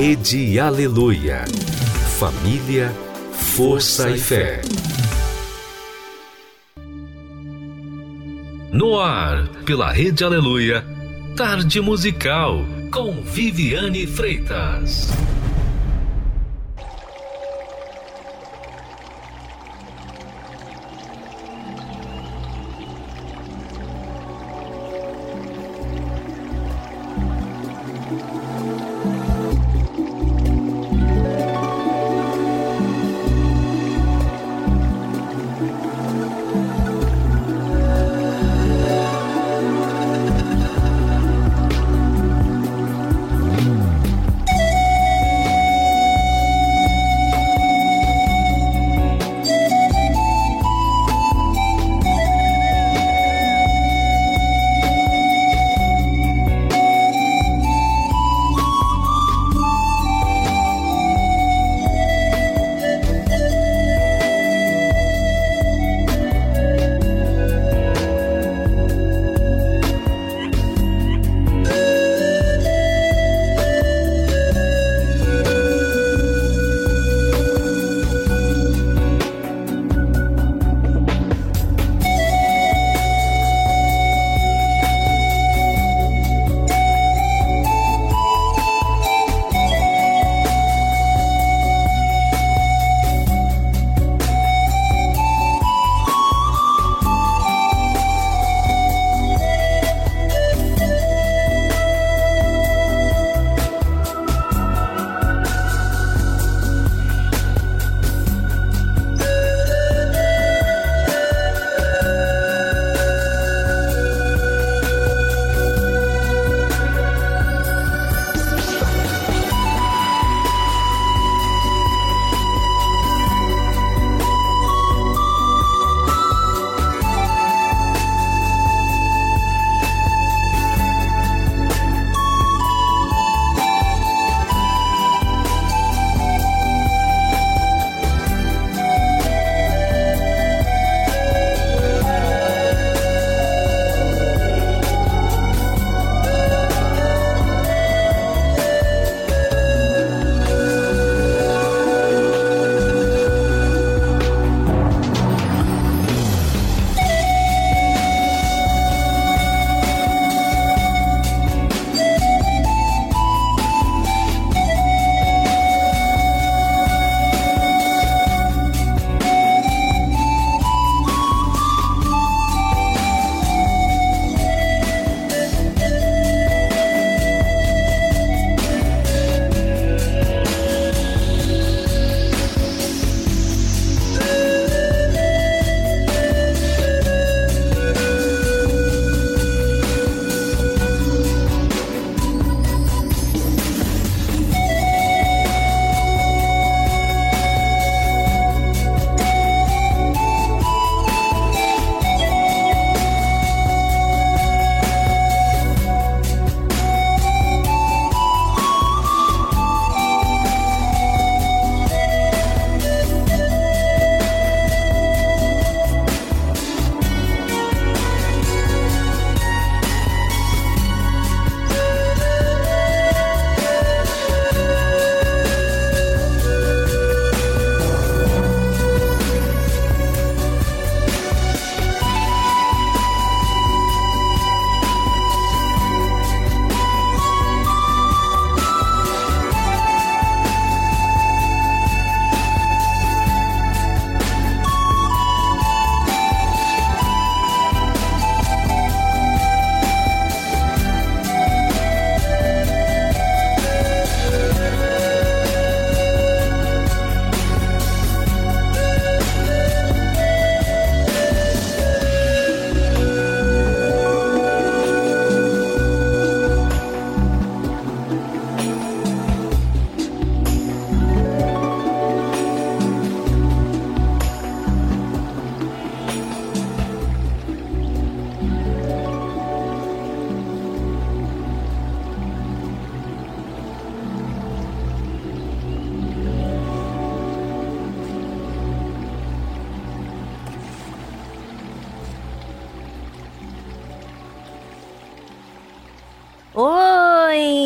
Rede Aleluia. Família, força e fé. No ar, pela Rede Aleluia, Tarde Musical, com Viviane Freitas.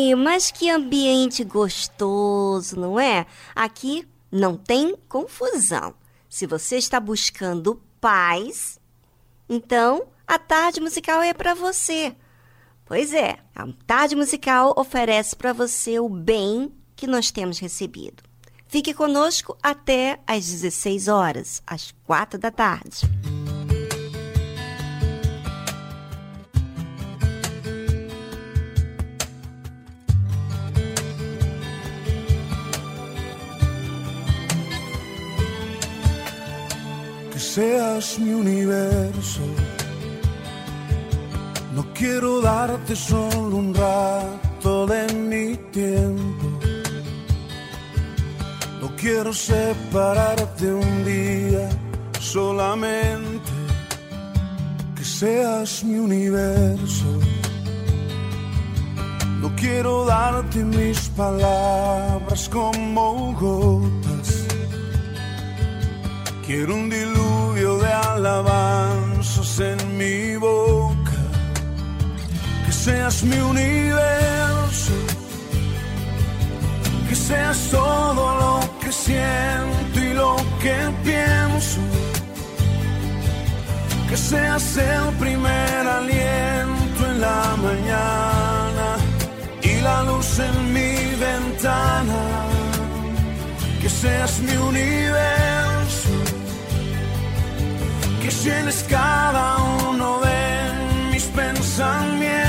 Ai, mas que ambiente gostoso, não é? Aqui não tem confusão. Se você está buscando paz, então a tarde musical é para você. Pois é, a tarde musical oferece para você o bem que nós temos recebido. Fique conosco até às 16 horas, às 4 da tarde. Que seas mi universo. No quiero darte solo un rato de mi tiempo. No quiero separarte un día solamente. Que seas mi universo. No quiero darte mis palabras como gotas. Quiero un diluvio de alabanzas en mi boca. Que seas mi universo, que seas todo lo que siento y lo que pienso, que seas el primer aliento en la mañana y la luz en mi ventana, que seas mi universo, que llenes cada uno de mis pensamientos,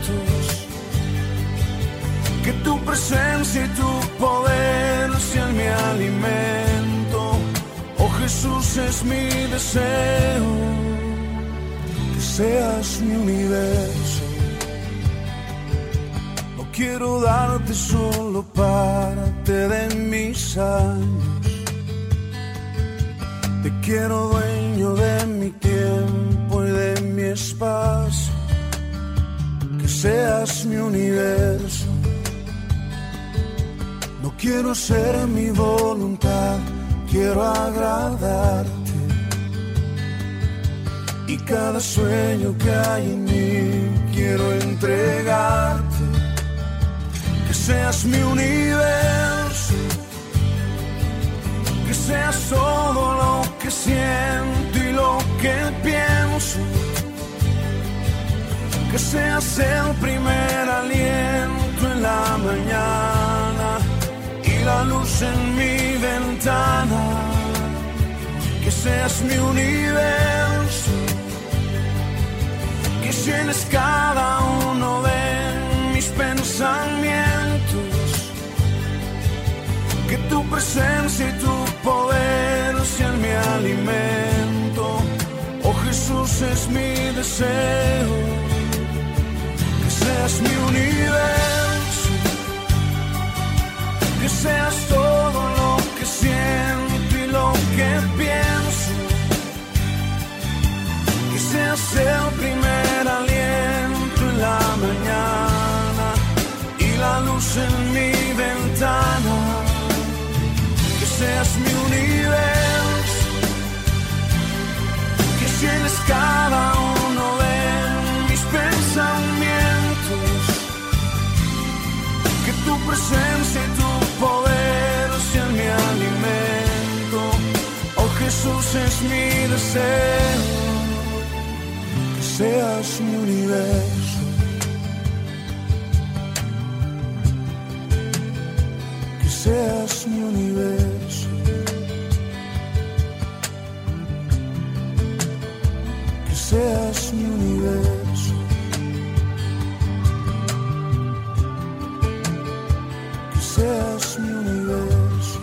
que tu presencia y tu poder sean mi alimento. Oh Jesús, es mi deseo, que seas mi universo. No quiero darte solo parte de mis años. Te quiero dueño de mi tiempo y de mi espacio. Que seas mi universo. No quiero hacer mi voluntad, quiero agradarte. Y cada sueño que hay en mí quiero entregarte. Que seas mi universo. Que seas todo lo que siento y lo que pienso. Que seas el primer aliento en la mañana y la luz en mi ventana. Que seas mi universo. Que llenes cada uno de mis pensamientos. Que tu presencia y tu poder sean mi alimento. Oh Jesús, es mi deseo. Que seas mi universo. Que seas todo lo que siento y lo que pienso. Que seas el primer aliento en la mañana y la luz en mi ventana. Que seas mi universo, que llenes cada uno de mis pensamientos, que tu presencia y tu poder sean mi alimento. Oh Jesús, es mi deseo, que seas mi universo. Que seas mi universo. Que seas mi universo. Que seas mi universo.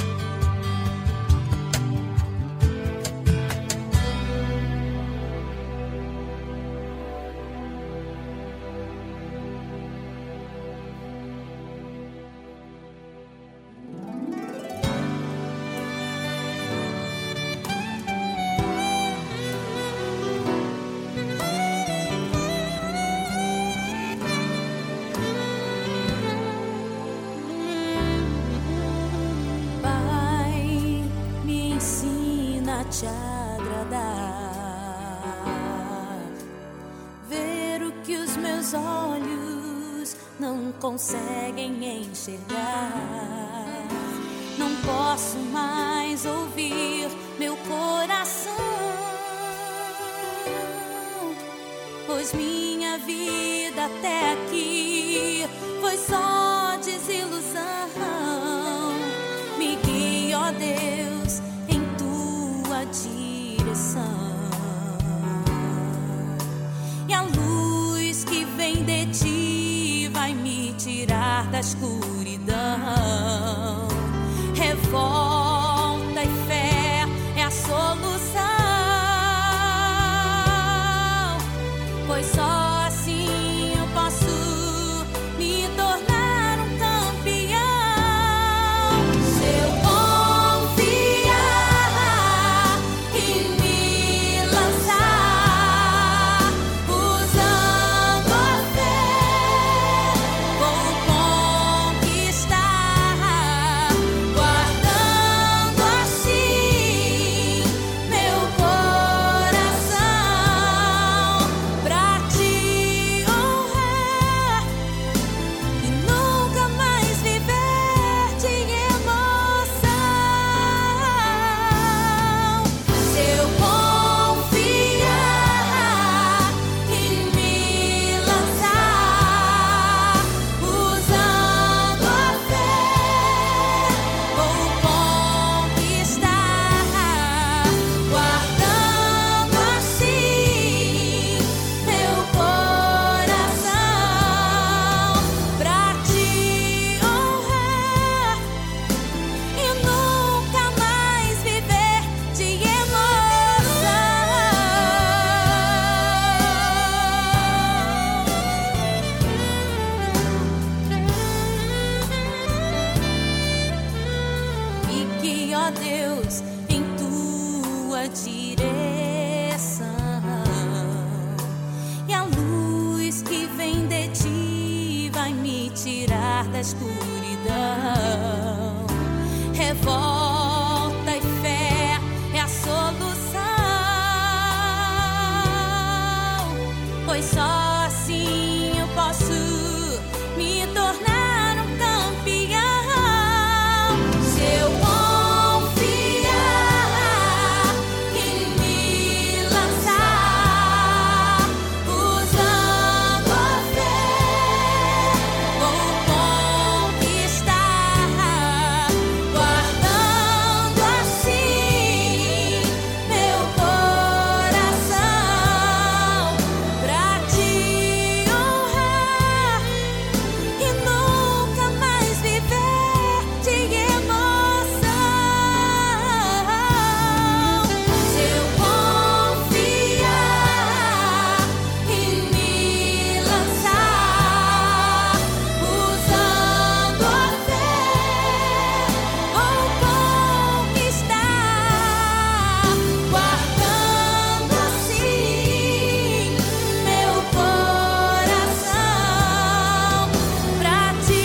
Te agradar, ver o que os meus olhos não conseguem enxergar. Não posso mais ouvir meu coração, pois minha vida até aqui foi só desilusão. Me guia, ó Deus, em tua direção, e a luz que vem de ti vai me tirar da escuridão. Revolta e fé é a solução, pois só assim eu posso me tornar um campeão. Se eu confiar e me lançar, usando a fé, vou conquistar, guardando assim meu coração pra te honrar e nunca mais viver de emoção. Se eu confiar e me lançar, usando a fé, vou conquistar, guardando assim meu coração pra te honrar e nunca mais viver de emoção. E que, ó Deus, em tua direção, e a luz que vem de ti vai me tirar da escuridão. Revolta e fé é a solução, pois só assim eu posso me tornar um campeão. Se eu confiar e me lançar, usando a fé, vou conquistar, guardando assim meu coração pra te honrar e nunca mais viver de emoção. Se eu confiar e me lançar, usando a fé, vou conquistar, guardando assim meu coração pra te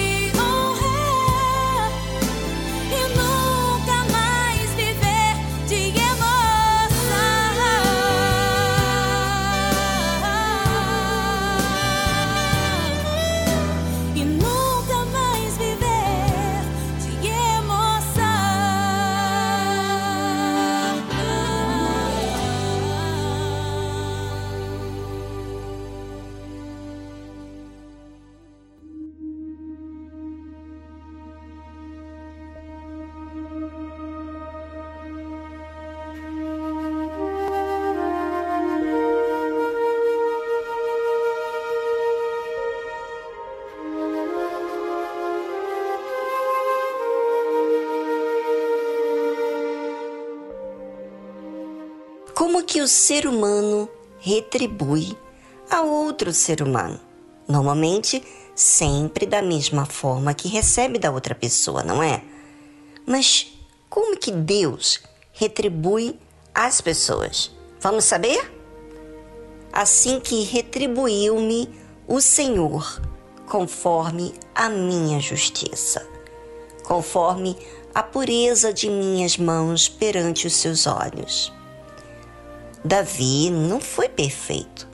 honrar e nunca mais viver de emoção. E nunca mais viver de Como que o ser humano retribui a outro ser humano? Normalmente, sempre da mesma forma que recebe da outra pessoa, não é? Mas como que Deus retribui as pessoas? Vamos saber? Assim que retribuiu-me o Senhor, conforme a minha justiça, conforme a pureza de minhas mãos perante os seus olhos. Davi não foi perfeito.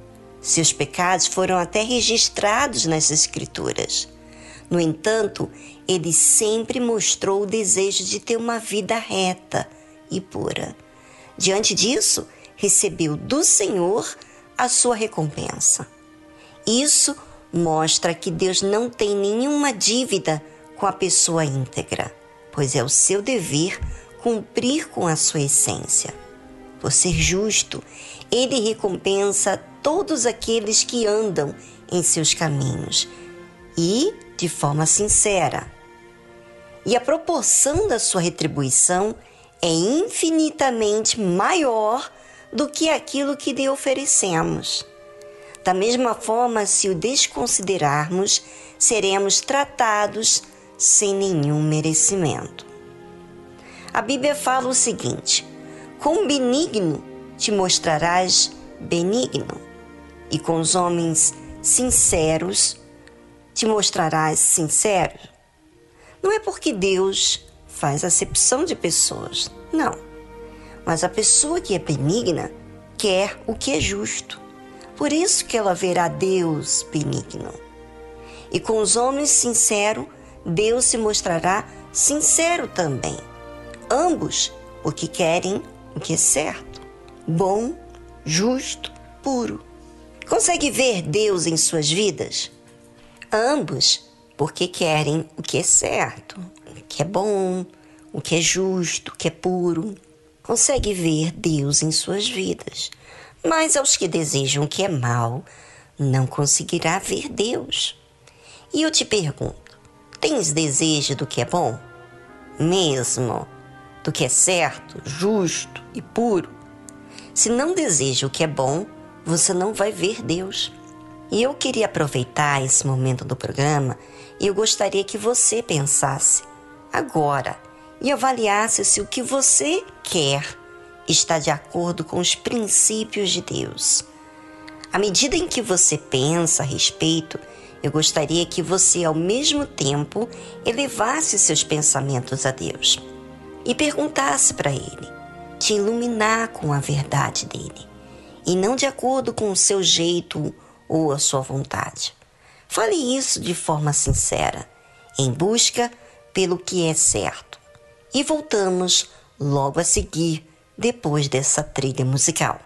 Seus pecados foram até registrados nas Escrituras. No entanto, ele sempre mostrou o desejo de ter uma vida reta e pura. Diante disso, recebeu do Senhor a sua recompensa. Isso mostra que Deus não tem nenhuma dívida com a pessoa íntegra, pois é o seu dever cumprir com a sua essência. Por ser justo, ele recompensa todos aqueles que andam em seus caminhos e de forma sincera. E a proporção da sua retribuição é infinitamente maior do que aquilo que lhe oferecemos. Da mesma forma, se o desconsiderarmos, seremos tratados sem nenhum merecimento. A Bíblia fala o seguinte: com benigno te mostrarás benigno, e com os homens sinceros te mostrarás sincero. Não é porque Deus faz acepção de pessoas, não. Mas a pessoa que é benigna quer o que é justo. Por isso que ela verá Deus benigno. E com os homens sinceros, Deus se mostrará sincero também. Ambos porque querem o que é certo, bom, justo, puro. Consegue ver Deus em suas vidas? Ambos porque querem o que é certo, o que é bom, o que é justo, o que é puro. Consegue ver Deus em suas vidas. Mas aos que desejam o que é mal, não conseguirá ver Deus. E eu te pergunto, tens desejo do que é bom? Mesmo do que é certo, justo e puro? Se não deseja o que é bom, você não vai ver Deus. E eu queria aproveitar esse momento do programa e eu gostaria que você pensasse agora e avaliasse se o que você quer está de acordo com os princípios de Deus. À medida em que você pensa a respeito, eu gostaria que você, ao mesmo tempo, elevasse seus pensamentos a Deus e perguntasse para Ele te iluminar com a verdade dele, e não de acordo com o seu jeito ou a sua vontade. Fale isso de forma sincera, em busca pelo que é certo. E voltamos logo a seguir, depois dessa trilha musical.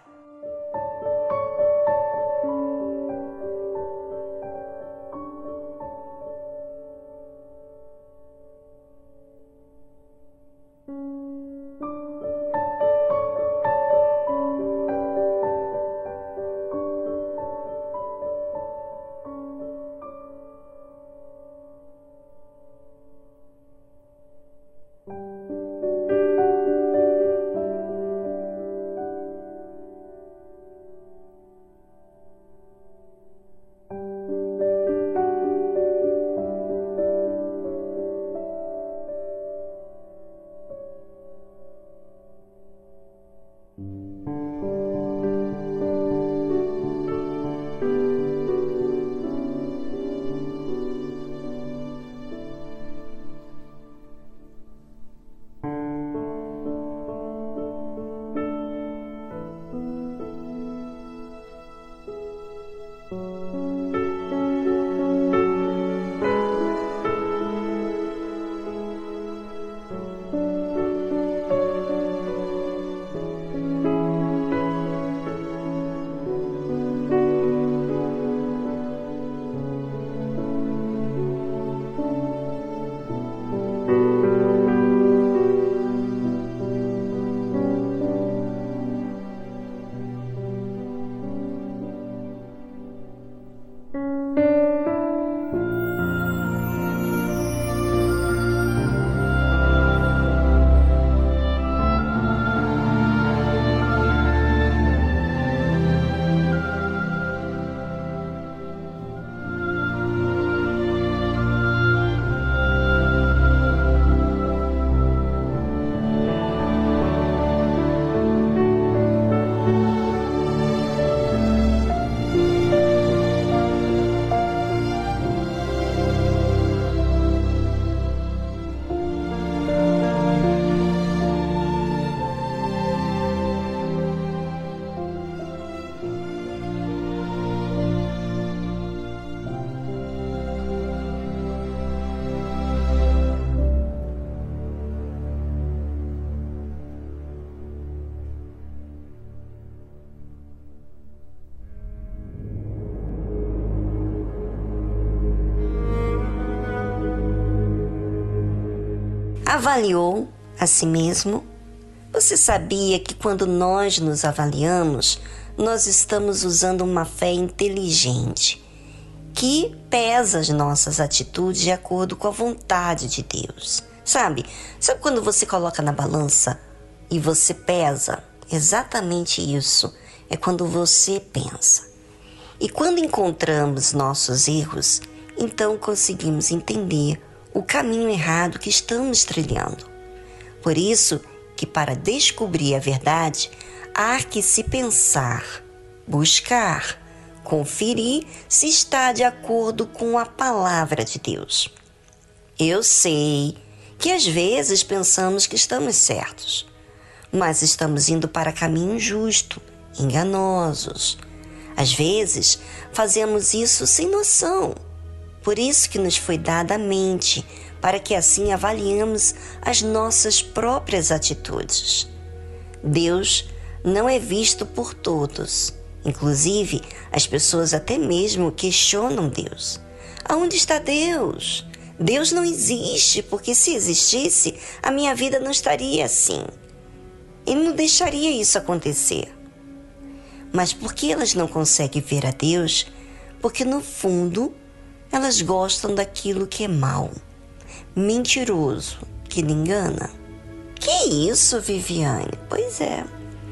avaliou a si mesmo? Você sabia que quando nós nos avaliamos, nós estamos usando uma fé inteligente, que pesa as nossas atitudes de acordo com a vontade de Deus. Sabe quando você coloca na balança e você pesa? Exatamente isso é quando você pensa. E quando encontramos nossos erros, então conseguimos entender o caminho errado que estamos trilhando. Por isso que para descobrir a verdade, há que se pensar, buscar, conferir se está de acordo com a palavra de Deus. Eu sei que às vezes pensamos que estamos certos, mas estamos indo para caminho injusto, enganosos. Às vezes fazemos isso sem noção. Por isso que nos foi dada a mente, para que assim avaliemos as nossas próprias atitudes. Deus não é visto por todos. Inclusive, as pessoas até mesmo questionam Deus. Aonde está Deus? Deus não existe, porque se existisse, a minha vida não estaria assim. Ele não deixaria isso acontecer. Mas por que elas não conseguem ver a Deus? Porque no fundo, elas gostam daquilo que é mau, mentiroso, que lhe engana. Que isso, Viviane? Pois é.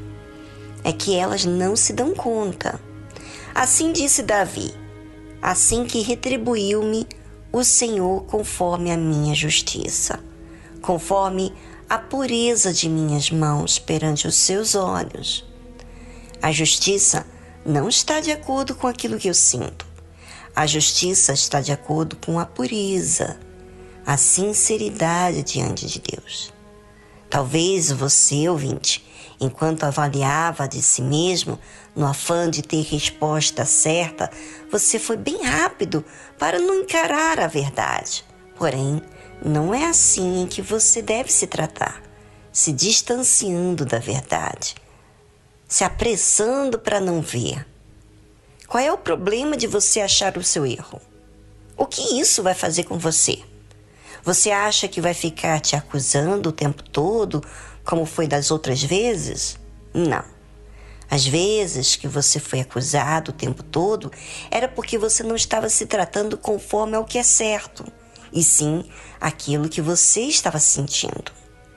É que elas não se dão conta. Assim disse Davi: assim que retribuiu-me o Senhor conforme a minha justiça, conforme a pureza de minhas mãos perante os seus olhos. A justiça não está de acordo com aquilo que eu sinto. A justiça está de acordo com a pureza, a sinceridade diante de Deus. Talvez você, ouvinte, enquanto avaliava de si mesmo, no afã de ter resposta certa, você foi bem rápido para não encarar a verdade. Porém, não é assim que você deve se tratar, se distanciando da verdade, se apressando para não ver. Qual é o problema de você achar o seu erro? O que isso vai fazer com você? Você acha que vai ficar te acusando o tempo todo, como foi das outras vezes? Não. Às vezes que você foi acusado o tempo todo, era porque você não estava se tratando conforme ao que é certo, e sim aquilo que você estava sentindo.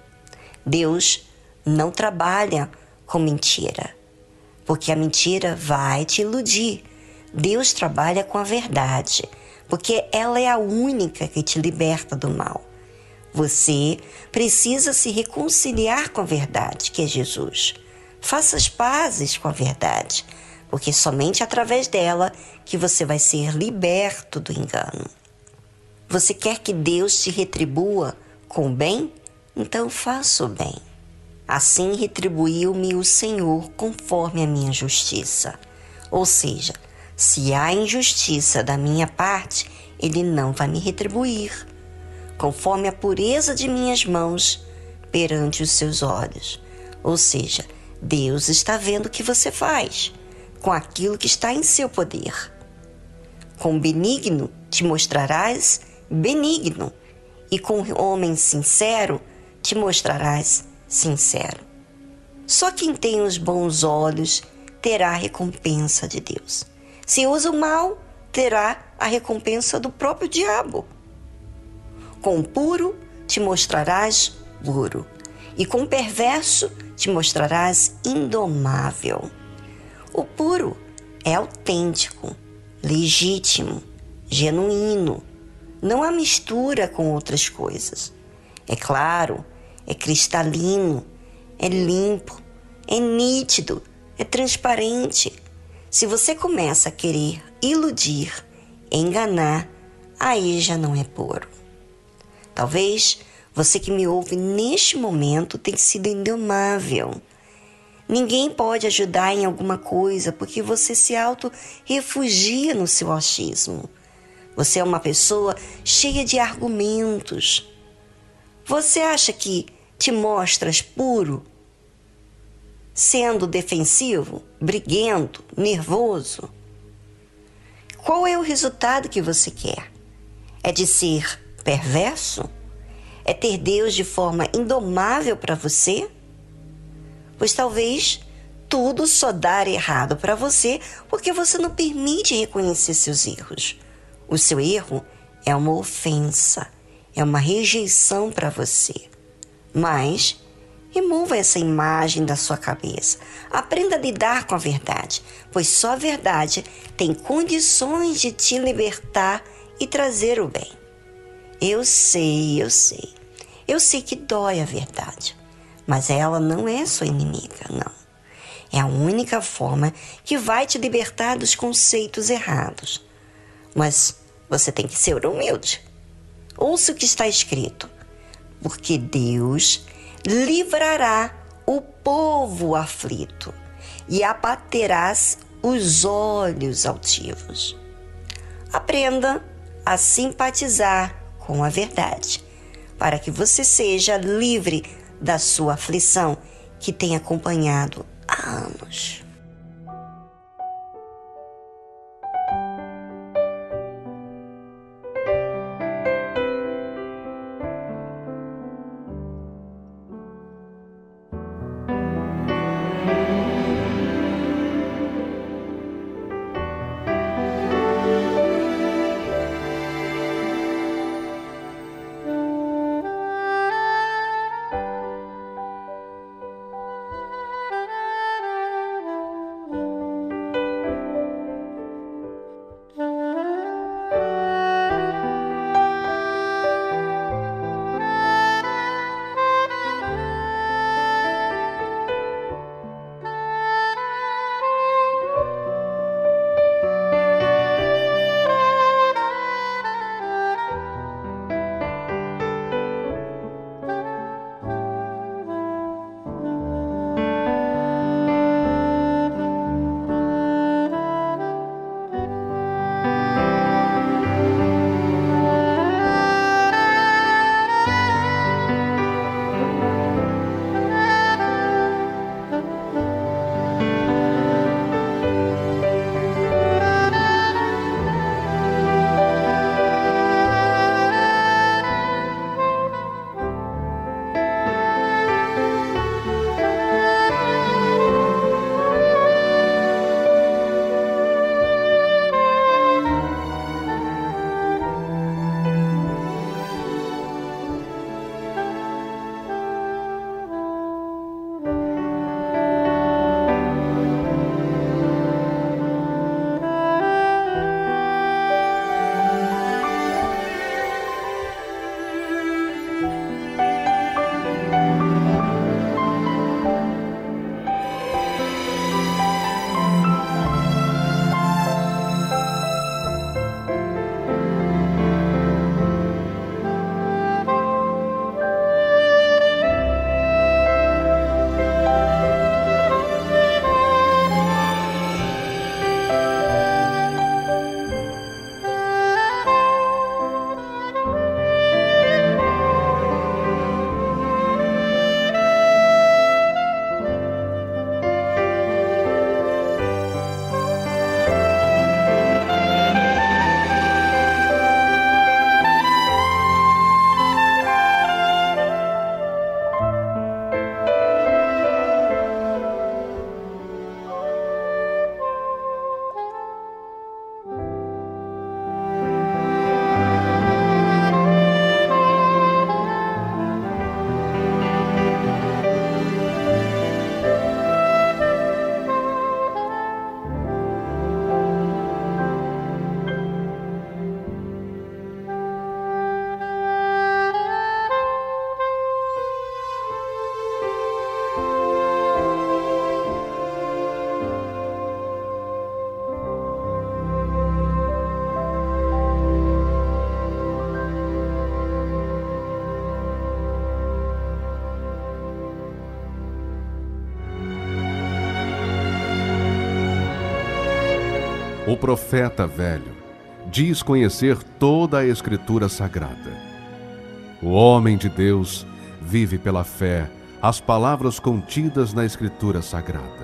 Deus não trabalha com mentira, porque a mentira vai te iludir. Deus trabalha com a verdade, porque ela é a única que te liberta do mal. Você precisa se reconciliar com a verdade, que é Jesus. Faça as pazes com a verdade, porque somente através dela que você vai ser liberto do engano. Você quer que Deus te retribua com o bem? Então faça o bem. Assim retribuiu-me o Senhor conforme a minha justiça. Ou seja, se há injustiça da minha parte, Ele não vai me retribuir, conforme a pureza de minhas mãos perante os seus olhos. Ou seja, Deus está vendo o que você faz, com aquilo que está em seu poder. Com benigno te mostrarás benigno, e com homem sincero te mostrarás sincero. Só quem tem os bons olhos terá a recompensa de Deus. Se usa o mal, terá a recompensa do próprio diabo. Com puro te mostrarás puro, e com perverso te mostrarás indomável. O puro é autêntico, legítimo, genuíno. Não há mistura com outras coisas. É claro, é cristalino, é limpo, é nítido, é transparente. Se você começa a querer iludir, enganar, aí já não é puro. Talvez você que me ouve neste momento tenha sido indomável. Ninguém pode ajudar em alguma coisa porque você se auto-refugia no seu achismo. Você é uma pessoa cheia de argumentos. Você acha que te mostras puro, sendo defensivo, briguento, nervoso? Qual é o resultado que você quer? É de ser perverso? É ter Deus de forma indomável para você? Pois talvez tudo só dar errado para você porque você não permite reconhecer seus erros. O seu erro é uma ofensa, é uma rejeição para você. Mas remova essa imagem da sua cabeça. Aprenda a lidar com a verdade, pois só a verdade tem condições de te libertar e trazer o bem. Eu sei. Eu sei que dói a verdade, mas ela não é sua inimiga, não. É a única forma que vai te libertar dos conceitos errados. Mas você tem que ser humilde. Ouça o que está escrito. Porque Deus livrará o povo aflito e abaterás os olhos altivos. Aprenda a simpatizar com a verdade, para que você seja livre da sua aflição que tem acompanhado há anos. O profeta velho diz conhecer toda a Escritura Sagrada. O homem de Deus vive pela fé as palavras contidas na Escritura Sagrada.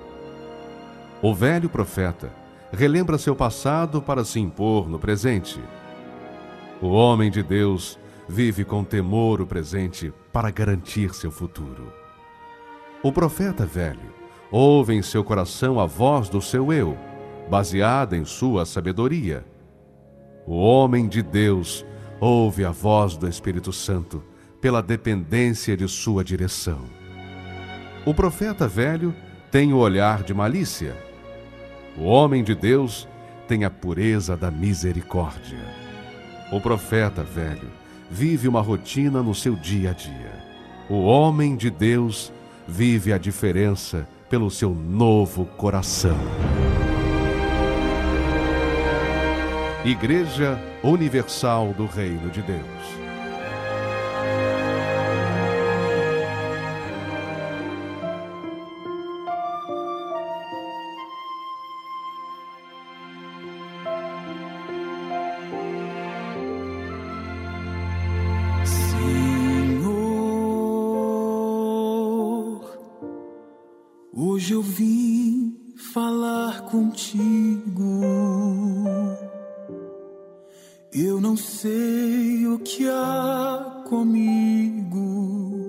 O velho profeta relembra seu passado para se impor no presente. O homem de Deus vive com temor o presente para garantir seu futuro. O profeta velho ouve em seu coração a voz do seu eu, baseada em sua sabedoria. O homem de Deus ouve a voz do Espírito Santo pela dependência de sua direção. O profeta velho tem o olhar de malícia. O homem de Deus tem a pureza da misericórdia. O profeta velho vive uma rotina no seu dia a dia. O homem de Deus vive a diferença pelo seu novo coração. Igreja Universal do Reino de Deus. Hoje eu vim falar contigo. Eu não sei o que há comigo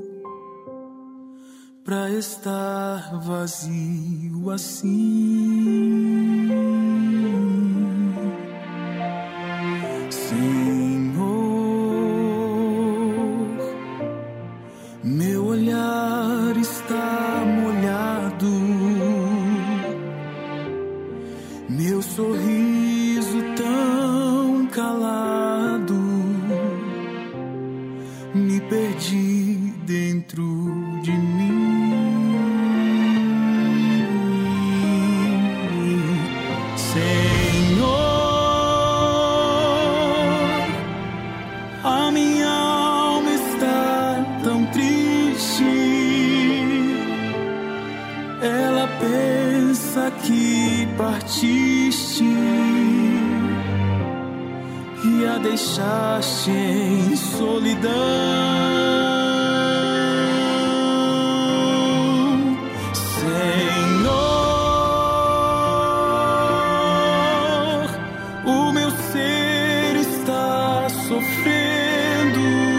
pra estar vazio assim. Senhor, meu olhar está molhado, meu sorriso tão calado, me perdi dentro de mim. Senhor, a minha alma está tão triste, ela pensa que partiste e a deixaste em solidão. Senhor, o meu ser está sofrendo.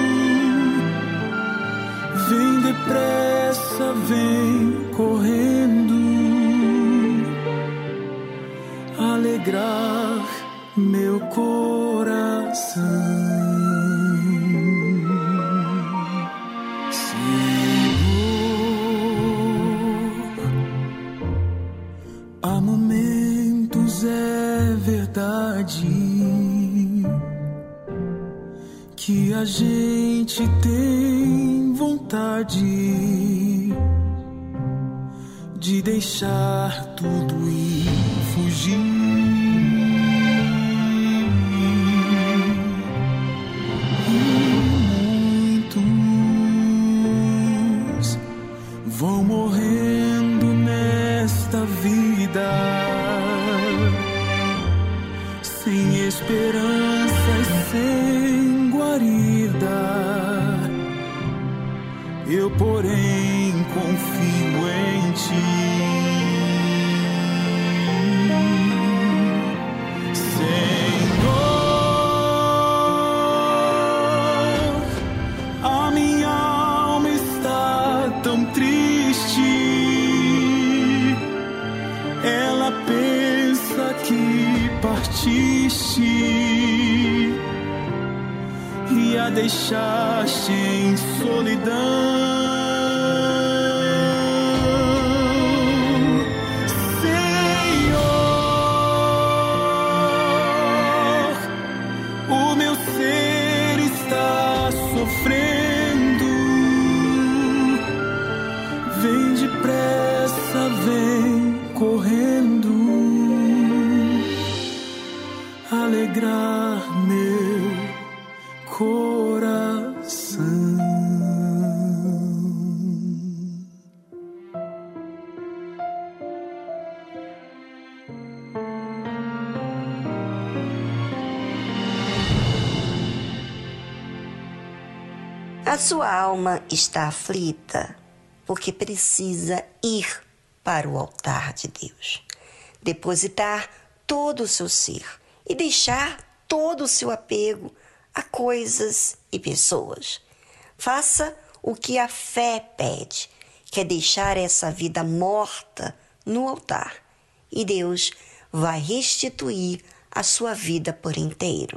Vem depressa, vem correndo, alegrar meu coração. Senhor, há momentos, é verdade, que a gente tem vontade de deixar tudo e fugir. Vão morrendo nesta vida, sem esperança e sem guarida. Eu, porém, confio em ti. Senhor, a minha alma está tão triste, ela pensa que partiste e a deixaste em solidão. Senhor, o meu ser está sofrendo. Vem depressa, vem correndo, alegrar meu coração. A sua alma está aflita porque precisa ir para o altar de Deus, depositar todo o seu ser e deixar todo o seu apego a coisas e pessoas. Faça o que a fé pede, que é deixar essa vida morta no altar, e Deus vai restituir a sua vida por inteiro.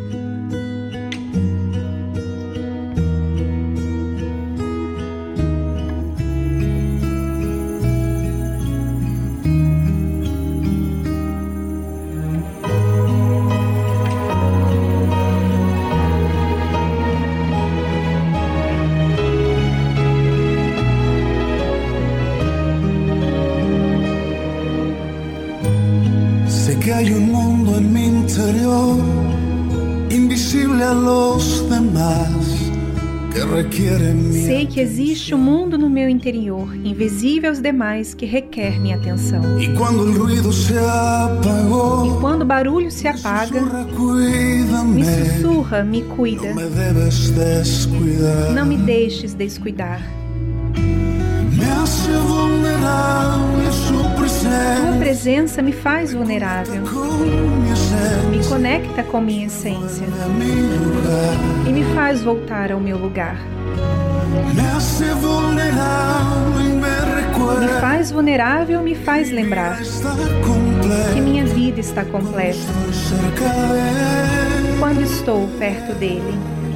Que hay un mundo en mi interior, invisible a los demás, que requiere mi Sei que existe um mundo no meu interior, invisível aos demais, que requer minha atenção. Y cuando el ruido se apagó, E quando o barulho se apaga, susurra, cuídame, me sussurra, me cuida. no me debes descuidar. Não me deixes descuidar. Me hace vulnerable su Tua presencia, presença me faz vulnerável, con mi esencia, me conecta com minha essência a mi lugar. e me faz voltar ao meu lugar. Me hace vulnerable y me Me recuerda faz vulnerável, me faz lembrar está que completo minha vida está completa cerca de él. quando estou perto dele.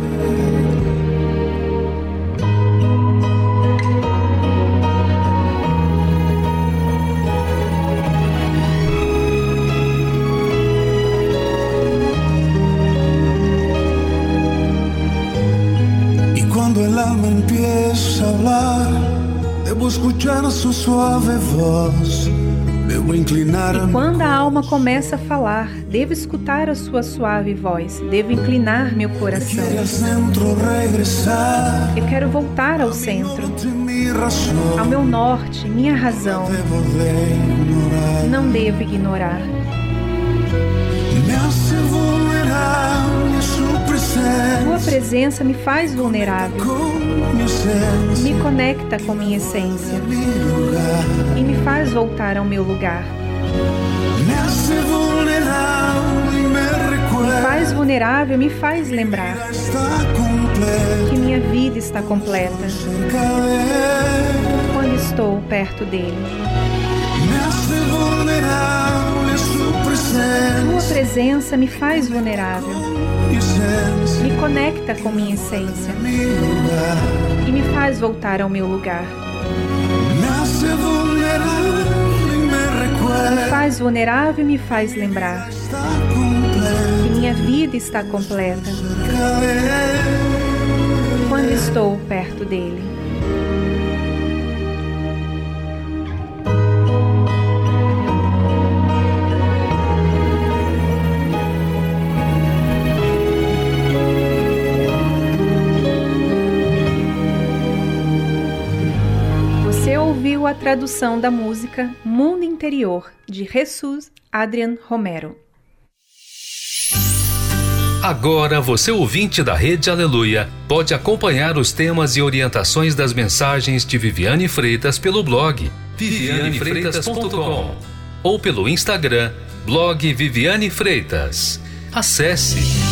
Cuando el alma empieza a hablar, debo escuchar su suave voz, debo inclinar E quando a alma começa a falar, devo escutar a sua suave voz, devo inclinar meu coração. al centro regresar, Eu quero voltar ao centro, de mi razón, ao meu norte, minha razão. debo de ignorar. Não devo ignorar. Me hace vulnerable su Tua presencia, presença me faz vulnerável, con mi esencia, me conecta com minha essência mi lugar. e me faz voltar ao meu lugar. Me hace vulnerable y me Me recuerda faz vulnerável, me faz lembrar está completo que minha vida está completa cerca de él. quando estou perto dele. Me hace vulnerable su Tua presencia, presença me faz vulnerável, mi esencia, me conecta com minha essência mi lugar. e me faz voltar ao meu lugar. Me hace vulnerable y me Me recuerda faz vulnerável e me faz lembrar está completo que minha vida está completa cerca de él. quando estou perto dele. Você ouviu a tradução da música Mundo Interior, de Jesus Adrian Romero. Agora você, ouvinte da Rede Aleluia, pode acompanhar os temas e orientações das mensagens de Viviane Freitas pelo blog vivianefreitas.com ou pelo Instagram, blog Viviane Freitas. Acesse!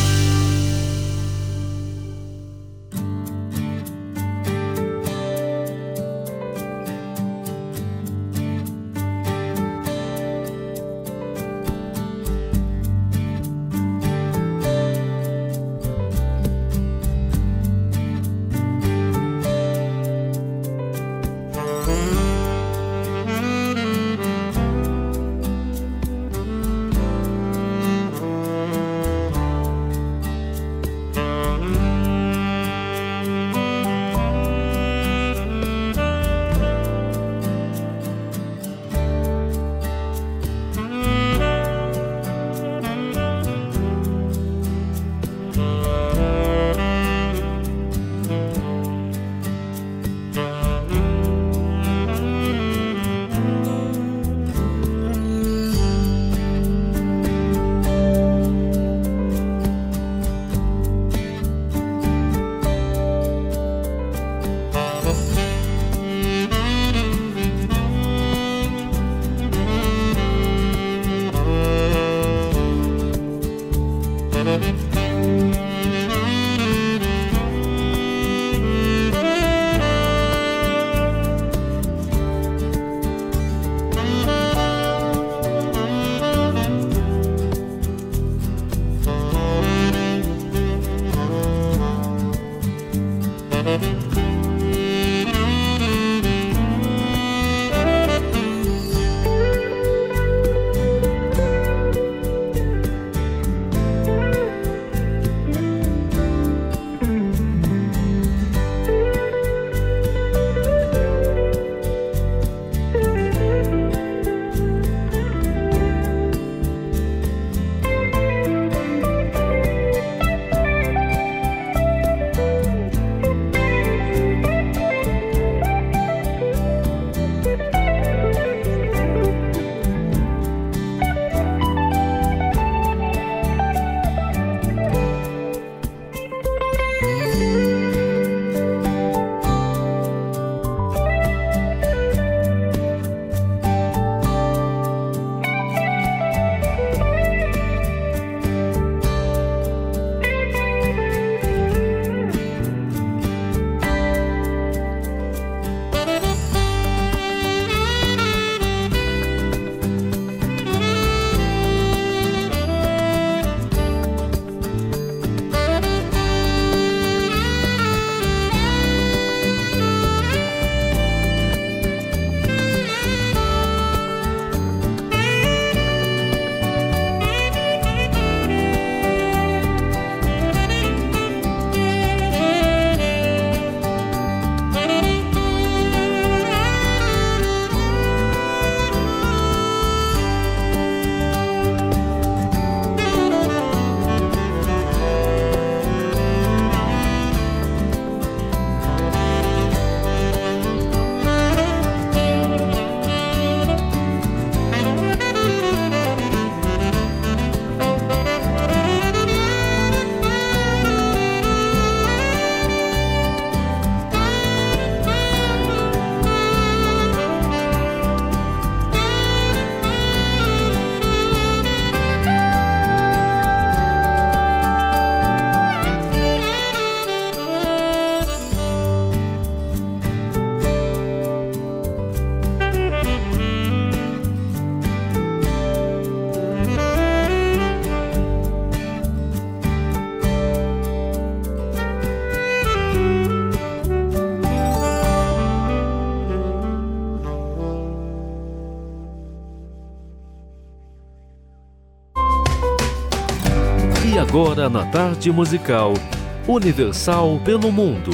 E agora na tarde musical, Universal pelo Mundo.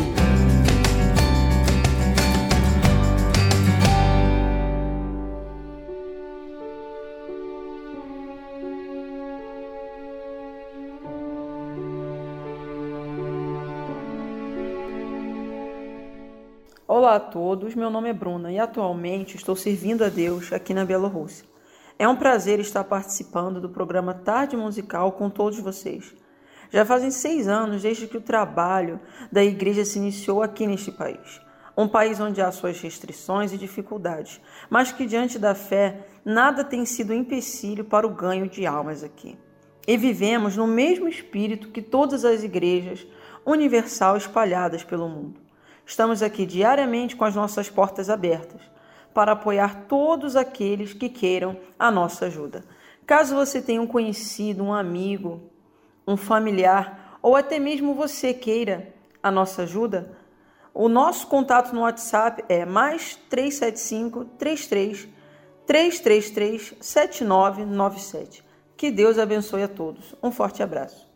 Olá a todos, meu nome é Bruna e atualmente estou servindo a Deus aqui na Bielorrússia. É um prazer estar participando do programa Tarde Musical com todos vocês. Já fazem 6 anos desde que o trabalho da igreja se iniciou aqui neste país. Um país onde há suas restrições e dificuldades, mas que diante da fé nada tem sido empecilho para o ganho de almas aqui. E vivemos no mesmo espírito que todas as igrejas universal espalhadas pelo mundo. Estamos aqui diariamente com as nossas portas abertas para apoiar todos aqueles que queiram a nossa ajuda. Caso você tenha um conhecido, um amigo, um familiar ou até mesmo você queira a nossa ajuda, o nosso contato no WhatsApp é +375 33 333 7997. Que Deus abençoe a todos. Um forte abraço.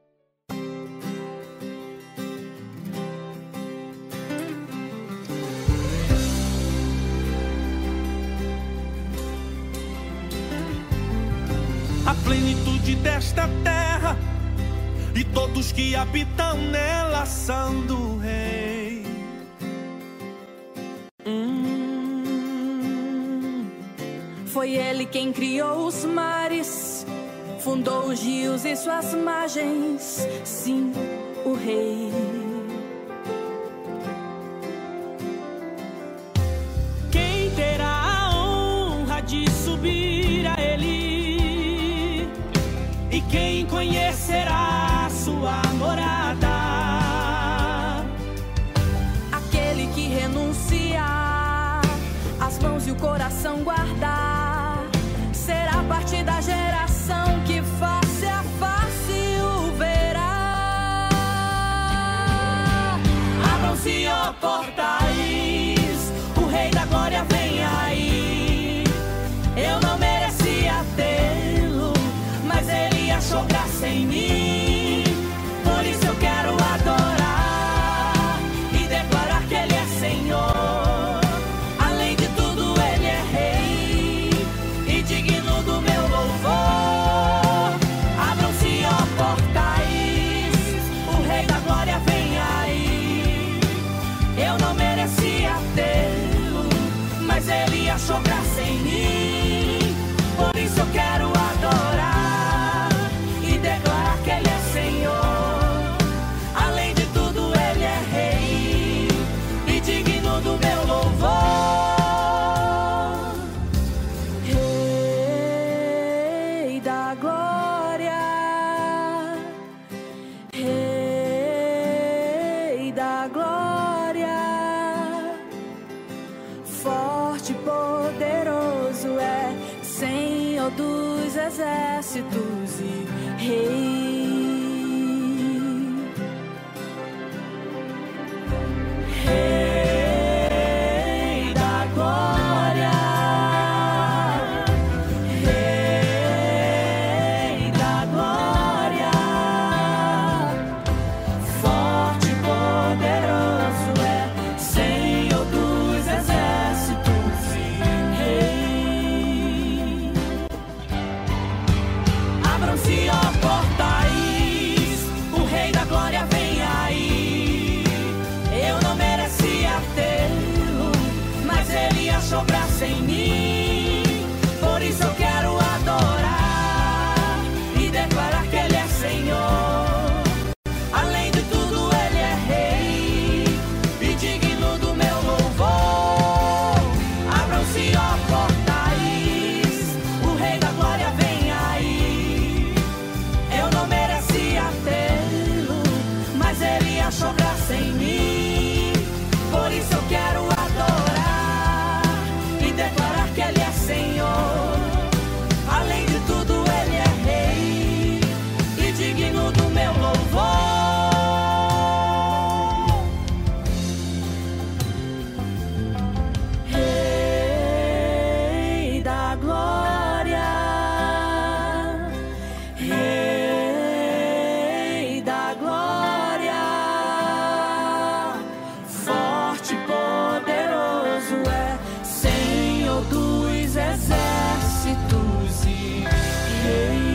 A plenitude desta terra e todos que habitam nela são do Rei. Foi ele quem criou os mares, fundou os rios e suas margens, sim, o Rei. Quem terá a honra de subir a ele? E quem conhecerá sua morada? Aquele que renunciar, as mãos e o coração guardar, será parte da geração que face a face o verá. Abram-se portais, o Rei da Glória vem aí. Eu não merecia tê-lo, mas ele achou graça em mim. Por isso eu quero adorar e declarar que ele é Senhor. Além de tudo ele é Rei e digno do meu louvor. Abram-se, ó portais, o Rei da Glória vem aí. Eu não merecia tê-lo, mas ele achou graça em mim. Por isso eu quero adorar e declarar que ele é Senhor. Além de tudo ele é Rei e digno do meu louvor. Rei da glória, Rei da glória, forte e poderoso é Senhor dos exércitos e Rei. Rei da glória, Rei da glória, forte e poderoso é Senhor dos exércitos e Rei. Abram-se, ó portais, o Rei da Glória vem aí. Eu não merecia tê-lo, mas ele achou graça em mim. Por isso eu quero adorar e declarar que ele é Senhor. Além de tudo ele é Rei e digno do meu louvor. Abram-se, ó portais, o Rei da Glória vem aí. Eu não merecia tê-lo, mas ele achou graça em mim. Por isso eu quero adorar e declarar que ele é Senhor. Além de tudo ele é Rei e digno do meu louvor. Rei da glória, Rei da glória, forte e poderoso é Senhor dos exércitos e Rei.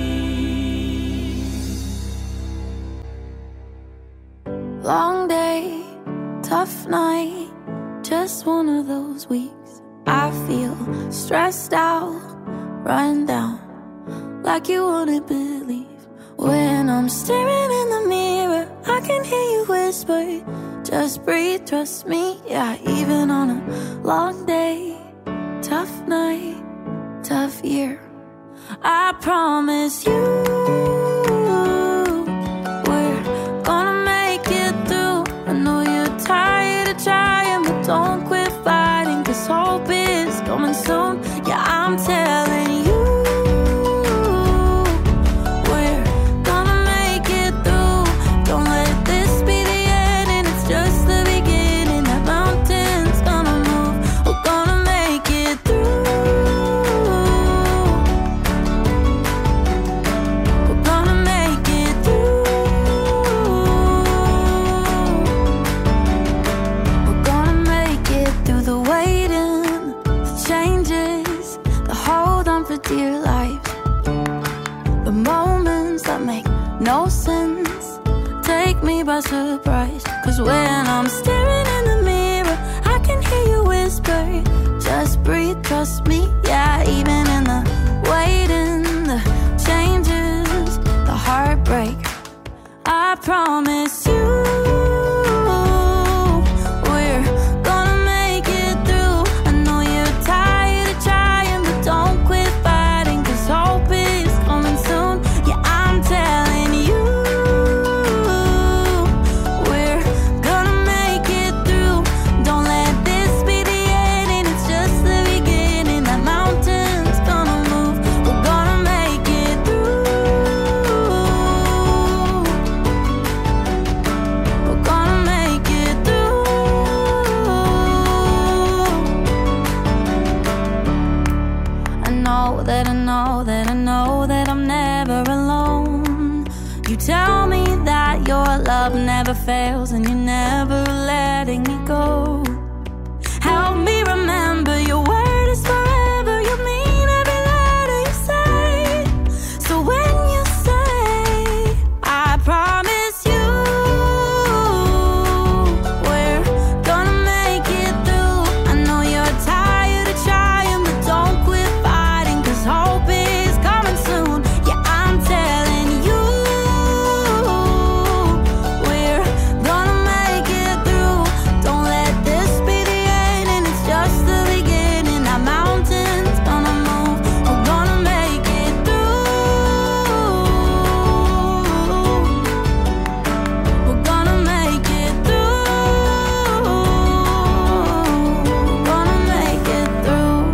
Long day, tough night, just one of those weeks. I feel stressed out, run down, like you wouldn't believe. When I'm staring in the mirror, I can hear you whisper, just breathe, trust me. Yeah, even on a long day, tough night, tough year, I promise you we're gonna make it through. I know you're tired of trying, but don't quit fighting, 'cause hope is coming soon. Yeah, I'm telling you we're gonna make it through. Don't let this be the end, and it's just the beginning. That mountain's gonna move. We're gonna make it through. We're gonna make it through. We're gonna make it through the waiting, the changes, the hold on for dear life, the moments that make no sense, take me by surprise. 'Cause when I'm staring in the mirror, I can hear you whisper, just breathe, trust me. Yeah, even in the waiting, the changes, the heartbreak, I promise you we're gonna make it through. I know you're tired of trying, but don't quit fighting, 'cause hope is coming soon. Yeah, I'm telling you we're gonna make it never fails and you're never letting me go. Help me remember your word is forever. You mean every letter you say. So when you say, I promise you, we're gonna make it through. I know you're tired of trying, but don't quit fighting, 'cause hope is coming soon. Yeah, I'm telling you, we're gonna make it through. Don't let this be the end, and it's just the beginning. Our mountains gonna move. We're gonna make it through. We're gonna make it through. We're gonna make it through.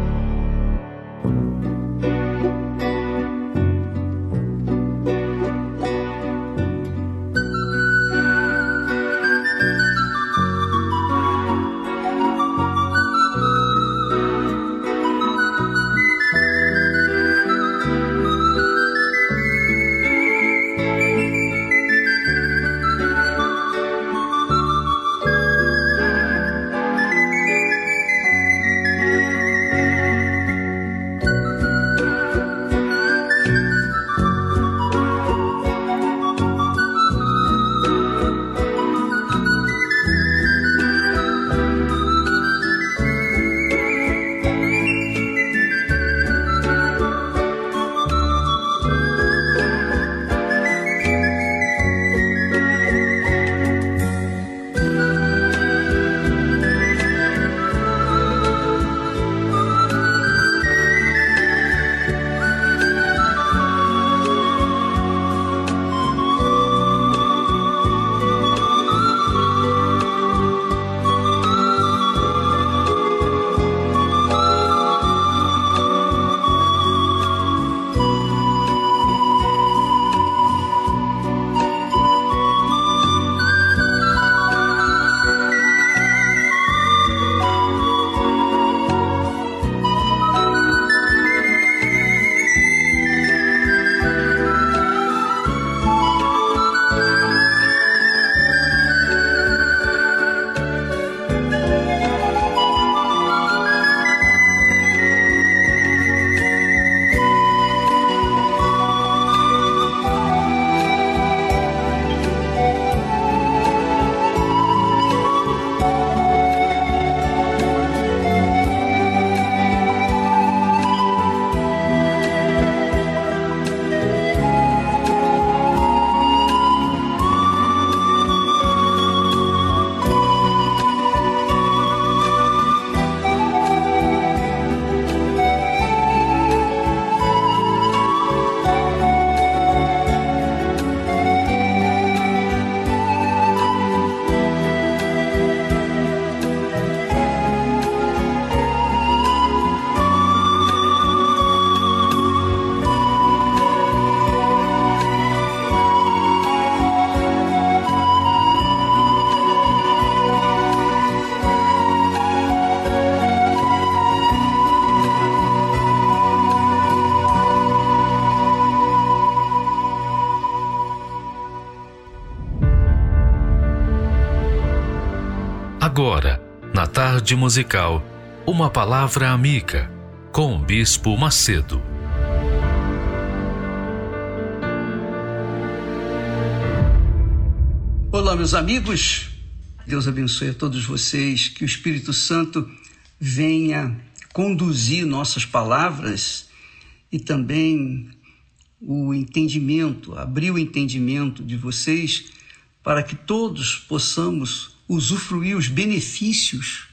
Agora, na tarde musical, uma palavra amiga, com o Bispo Macedo. Olá, meus amigos. Deus abençoe a todos vocês, que o Espírito Santo venha conduzir nossas palavras e também o entendimento, abrir o entendimento de vocês para que todos possamos usufruir os benefícios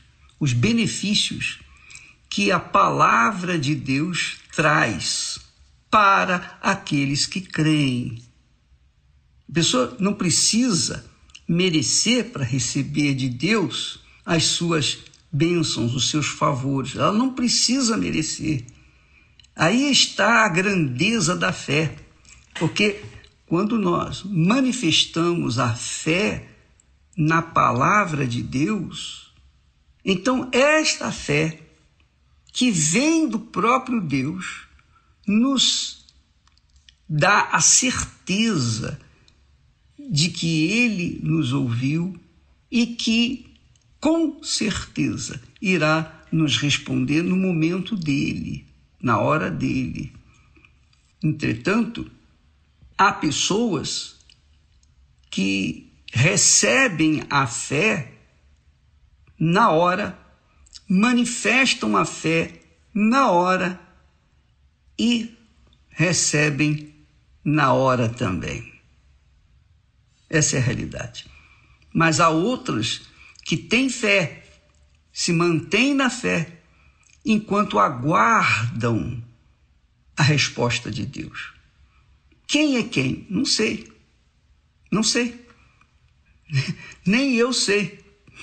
que a palavra de Deus traz para aqueles que creem. A pessoa não precisa merecer para receber de Deus as suas bênçãos, os seus favores. Ela não precisa merecer. Aí está a grandeza da fé, porque quando nós manifestamos a fé na palavra de Deus, então esta fé que vem do próprio Deus nos dá a certeza de que Ele nos ouviu e que, com certeza, irá nos responder no momento dele, na hora dele. Entretanto, há pessoas que recebem a fé na hora, manifestam a fé na hora e recebem na hora também. Essa é a realidade. Mas há outras que têm fé, se mantêm na fé, enquanto aguardam a resposta de Deus. Quem é quem? Não sei. Não sei. Nem eu sei.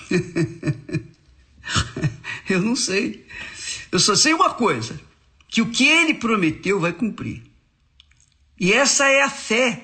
Eu não sei. Eu só sei uma coisa, que o que ele prometeu vai cumprir. E essa é a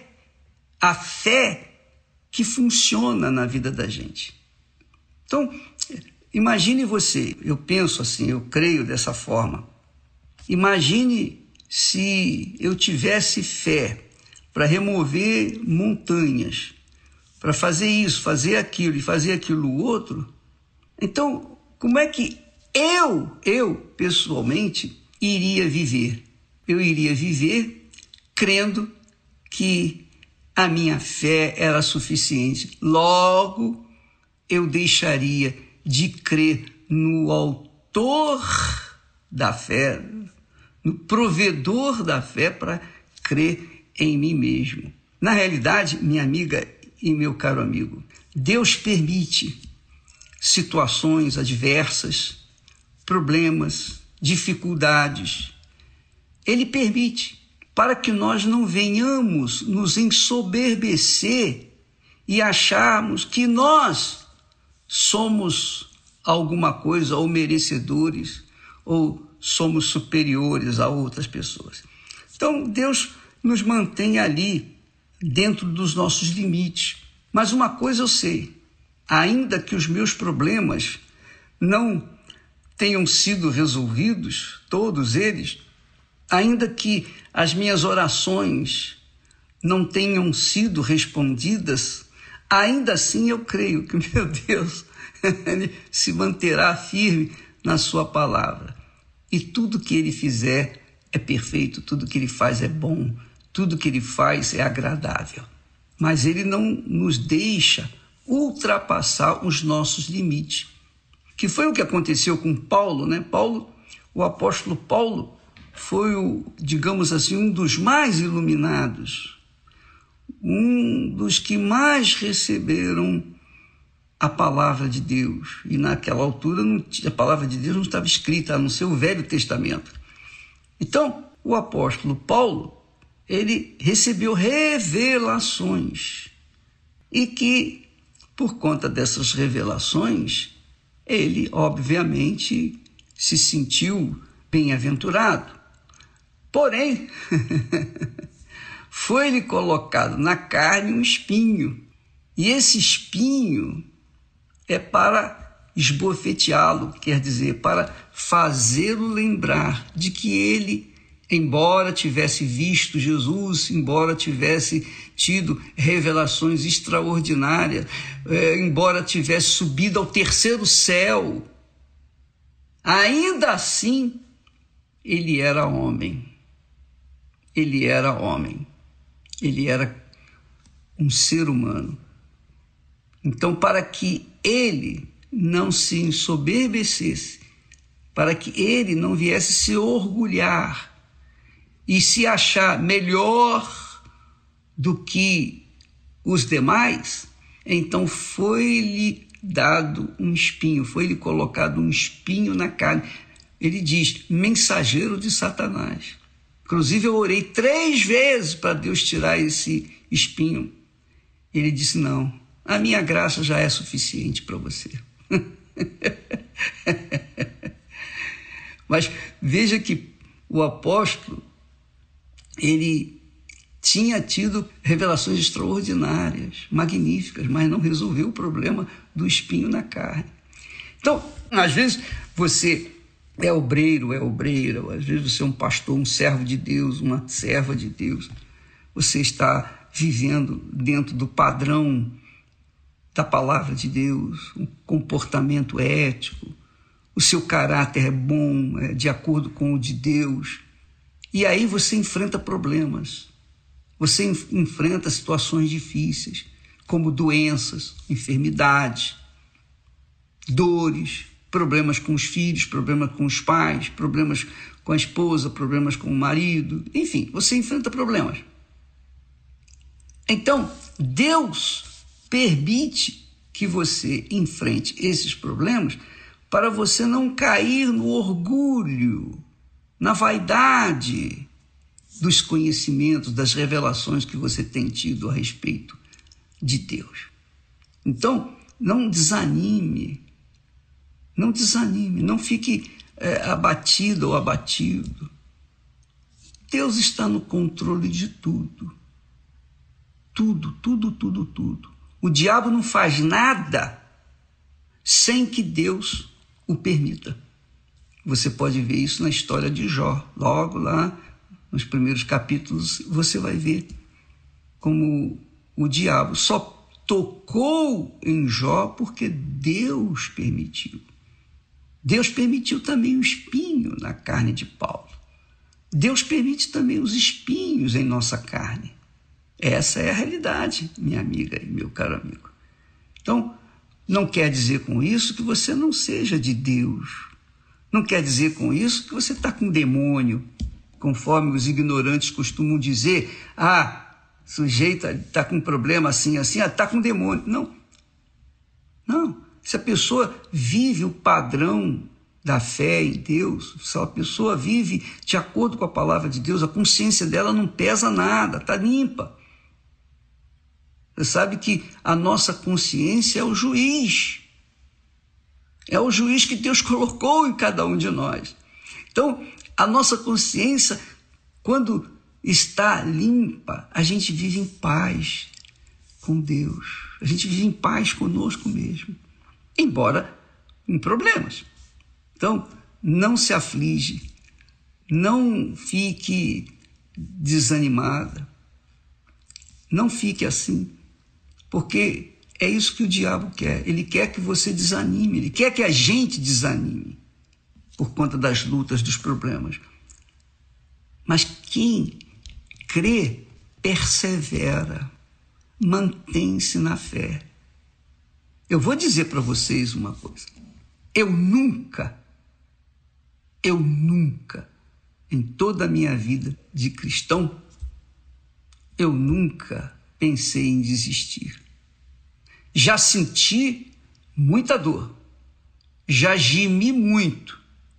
fé que funciona na vida da gente. Então, imagine você, eu penso assim, eu creio dessa forma. Imagine se eu tivesse fé para remover montanhas, para fazer isso, fazer aquilo e fazer aquilo outro. Então, como é que eu pessoalmente iria viver? Eu iria viver crendo que a minha fé era suficiente. Logo, eu deixaria de crer no autor da fé, no provedor da fé, para crer em mim mesmo. Na realidade, minha amiga e meu caro amigo, Deus permite situações adversas, problemas, dificuldades. Ele permite para que nós não venhamos nos ensoberbecer e acharmos que nós somos alguma coisa, ou merecedores, ou somos superiores a outras pessoas. Então, Deus nos mantém ali, dentro dos nossos limites. Mas uma coisa eu sei, ainda que os meus problemas não tenham sido resolvidos, todos eles, ainda que as minhas orações não tenham sido respondidas, ainda assim eu creio que meu Deus ele se manterá firme na sua palavra. E tudo que ele fizer é perfeito, tudo que ele faz é bom, tudo que ele faz é agradável. Mas ele não nos deixa ultrapassar os nossos limites. Que foi o que aconteceu com Paulo, né? O apóstolo Paulo foi, digamos assim, um dos mais iluminados, um dos que mais receberam a palavra de Deus. E naquela altura a palavra de Deus não estava escrita, a não ser o Velho Testamento. Então, o apóstolo Paulo, ele recebeu revelações e que, por conta dessas revelações, ele, obviamente, se sentiu bem-aventurado. Porém, foi-lhe colocado na carne um espinho. E esse espinho é para esbofeteá-lo, quer dizer, para fazê-lo lembrar de que ele, embora tivesse visto Jesus, embora tivesse tido revelações extraordinárias, embora tivesse subido ao terceiro céu, ainda assim, ele era homem. Ele era homem. Ele era um ser humano. Então, para que ele não se ensoberbecesse, para que ele não viesse se orgulhar e se achar melhor do que os demais, então foi-lhe dado um espinho, foi-lhe colocado um espinho na carne. Ele diz, mensageiro de Satanás. Inclusive, eu orei 3 vezes para Deus tirar esse espinho. Ele disse, não, a minha graça já é suficiente para você. Mas veja que o apóstolo, ele tinha tido revelações extraordinárias, magníficas, mas não resolveu o problema do espinho na carne. Então, às vezes, você é obreiro, é obreira, às vezes você é um pastor, um servo de Deus, uma serva de Deus. Você está vivendo dentro do padrão da palavra de Deus, um comportamento ético, o seu caráter é bom, é de acordo com o de Deus. E aí você enfrenta problemas, você enfrenta situações difíceis, como doenças, enfermidades, dores, problemas com os filhos, problemas com os pais, problemas com a esposa, problemas com o marido, enfim, você enfrenta problemas. Então, Deus permite que você enfrente esses problemas para você não cair no orgulho, na vaidade dos conhecimentos, das revelações que você tem tido a respeito de Deus. Então, não desanime, não fique abatido ou abatido. Deus está no controle de tudo. Tudo. O diabo não faz nada sem que Deus o permita. Você pode ver isso na história de Jó. Logo lá, nos primeiros capítulos, você vai ver como o diabo só tocou em Jó porque Deus permitiu. Deus permitiu também o espinho na carne de Paulo. Deus permite também os espinhos em nossa carne. Essa é a realidade, minha amiga e meu caro amigo. Então, não quer dizer com isso que você não seja de Deus. Não quer dizer com isso que você está com demônio, conforme os ignorantes costumam dizer. Sujeito está com um problema assim, está com demônio. Não. Se a pessoa vive o padrão da fé em Deus, se a pessoa vive de acordo com a palavra de Deus, a consciência dela não pesa nada, está limpa. Você sabe que a nossa consciência é o juiz. É o juiz que Deus colocou em cada um de nós. Então, a nossa consciência, quando está limpa, a gente vive em paz com Deus. A gente vive em paz conosco mesmo, embora em problemas. Então, não se aflige, não fique desanimada, não fique assim, porque é isso que o diabo quer. Ele quer que você desanime, ele quer que a gente desanime por conta das lutas, dos problemas. Mas quem crê, persevera, mantém-se na fé. Eu vou dizer para vocês uma coisa. Eu nunca, em toda a minha vida de cristão, eu nunca pensei em desistir. Já senti muita dor, já gemi muito,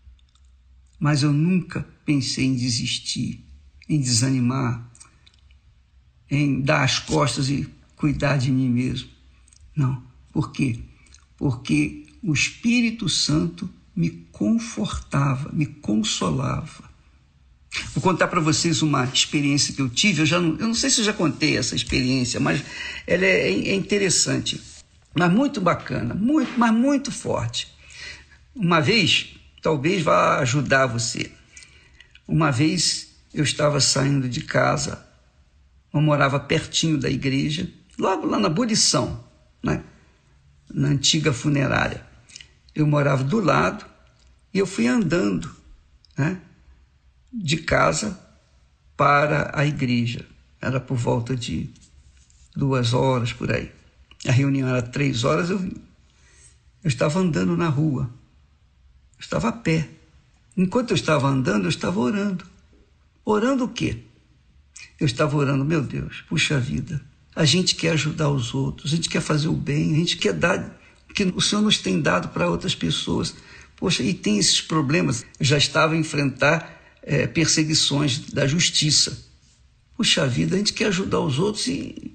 mas eu nunca pensei em desistir, em desanimar, em dar as costas e cuidar de mim mesmo. Não. Por quê? Porque o Espírito Santo me confortava, me consolava. Vou contar para vocês uma experiência que eu tive. Eu não sei se eu já contei essa experiência, mas ela é interessante, mas muito bacana, muito forte. Uma vez, talvez vá ajudar você. Uma vez eu estava saindo de casa, eu morava pertinho da igreja, logo lá na Burição, né? Na antiga funerária. Eu morava do lado e eu fui andando, né, de casa para a igreja. Era por volta de 2 horas por aí. A reunião era 3 horas. Eu estava andando na rua. Eu estava a pé. Enquanto eu estava andando, eu estava orando. Orando o quê? Eu estava orando, meu Deus, puxa vida. A gente quer ajudar os outros, a gente quer fazer o bem, a gente quer dar o que o Senhor nos tem dado para outras pessoas. Poxa, e tem esses problemas. Eu já estava a enfrentar perseguições da justiça. Puxa vida, a gente quer ajudar os outros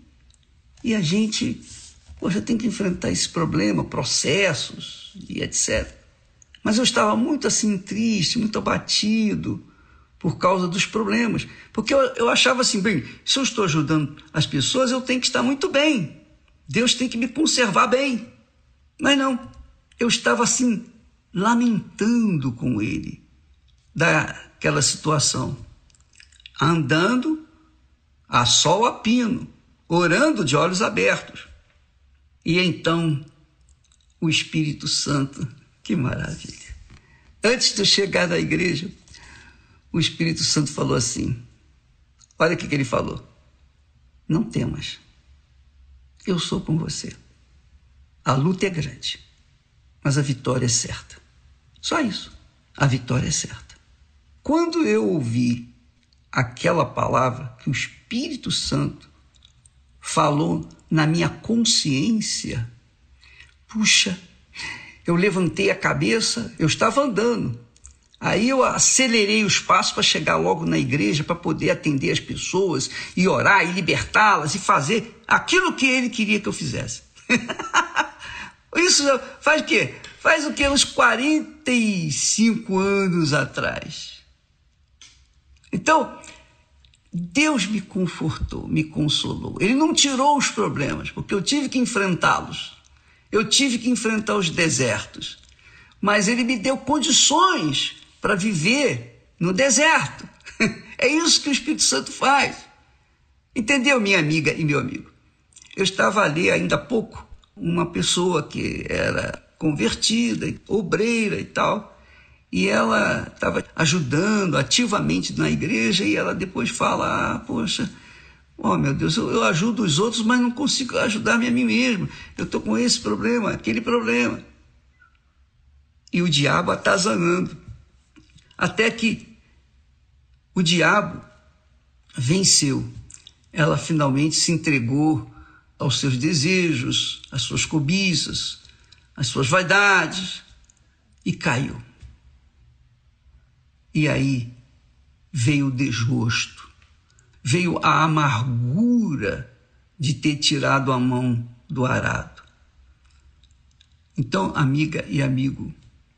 e a gente, poxa, tem que enfrentar esse problema, processos e etc. Mas eu estava muito assim, triste, muito abatido por causa dos problemas. Porque eu achava assim, bem, se eu estou ajudando as pessoas, eu tenho que estar muito bem. Deus tem que me conservar bem. Mas não, eu estava assim, lamentando com ele daquela situação. Andando a sol a pino, orando de olhos abertos. E então, o Espírito Santo, que maravilha. Antes de eu chegar na igreja, o Espírito Santo falou assim, olha o que ele falou. Não temas, eu sou com você. A luta é grande, mas a vitória é certa. Só isso, a vitória é certa. Quando eu ouvi aquela palavra que o Espírito Santo falou na minha consciência, puxa, eu levantei a cabeça, eu estava andando. Aí eu acelerei os passos para chegar logo na igreja, para poder atender as pessoas e orar e libertá-las e fazer aquilo que ele queria que eu fizesse. Isso faz o quê? Faz o quê? Uns 45 anos atrás. Então, Deus me confortou, me consolou. Ele não tirou os problemas, porque eu tive que enfrentá-los. Eu tive que enfrentar os desertos. Mas ele me deu condições para viver no deserto. É isso que o Espírito Santo faz. Entendeu, minha amiga e meu amigo? Eu estava ali ainda há pouco, uma pessoa que era convertida, obreira e tal, e ela estava ajudando ativamente na igreja, e ela depois fala, poxa, oh meu Deus, eu ajudo os outros, mas não consigo ajudar-me a mim mesmo. Eu estou com esse problema, aquele problema. E o diabo atazanando. Até que o diabo venceu. Ela finalmente se entregou aos seus desejos, às suas cobiças, às suas vaidades, e caiu. E aí veio o desgosto, veio a amargura de ter tirado a mão do arado. Então, amiga e amigo,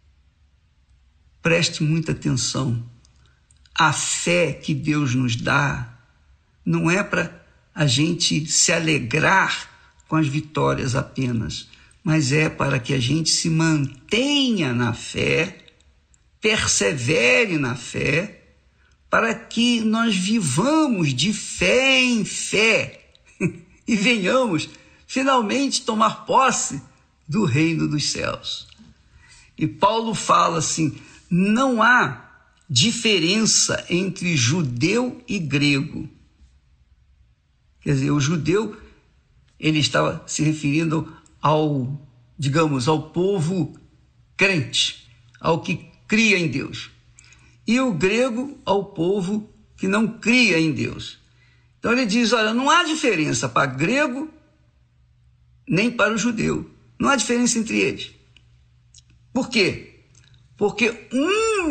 preste muita atenção. A fé que Deus nos dá não é para a gente se alegrar com as vitórias apenas, mas é para que a gente se mantenha na fé, persevere na fé, para que nós vivamos de fé em fé e venhamos finalmente tomar posse do reino dos céus. E Paulo fala assim, não há diferença entre judeu e grego. Quer dizer, o judeu, ele estava se referindo ao, digamos, ao povo crente, ao que cria em Deus. E o grego ao povo que não cria em Deus. Então ele diz, olha, não há diferença para grego nem para o judeu. Não há diferença entre eles. Por quê? Porque um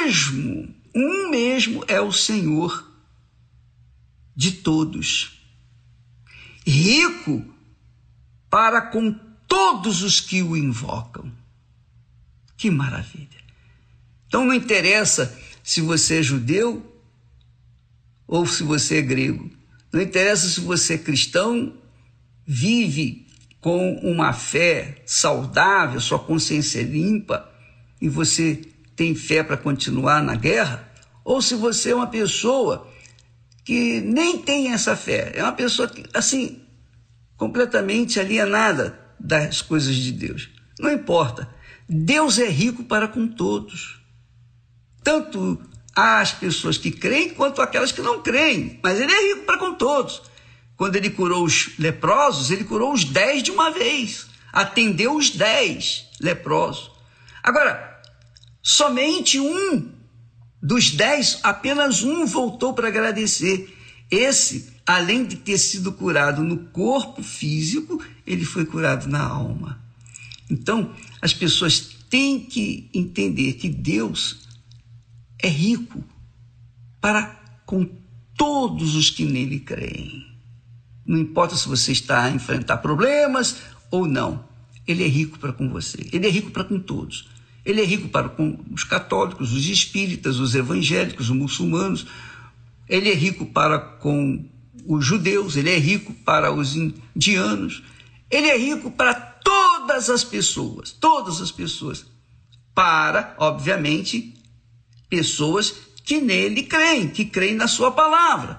mesmo é o Senhor de todos. Rico para com todos os que o invocam. Que maravilha! Então não interessa se você é judeu ou se você é grego. Não interessa se você é cristão, vive com uma fé saudável, sua consciência é limpa e você tem fé para continuar na guerra, ou se você é uma pessoa que nem tem essa fé, é uma pessoa que, assim, completamente alienada das coisas de Deus. Não importa, Deus é rico para com todos. Tanto as pessoas que creem quanto aquelas que não creem, mas ele é rico para com todos. Quando ele curou os leprosos, ele curou os 10 de uma vez, atendeu os 10 leprosos. Agora, somente um dos 10, apenas um voltou para agradecer. Esse, além de ter sido curado no corpo físico, ele foi curado na alma. Então, as pessoas têm que entender que Deus é rico para com todos os que nele creem. Não importa se você está a enfrentar problemas ou não. Ele é rico para com você. Ele é rico para com todos. Ele é rico para com os católicos, os espíritas, os evangélicos, os muçulmanos. Ele é rico para com os judeus. Ele é rico para os indianos. Ele é rico para todas as pessoas. Todas as pessoas. Para, obviamente, pessoas que nele creem, que creem na sua palavra.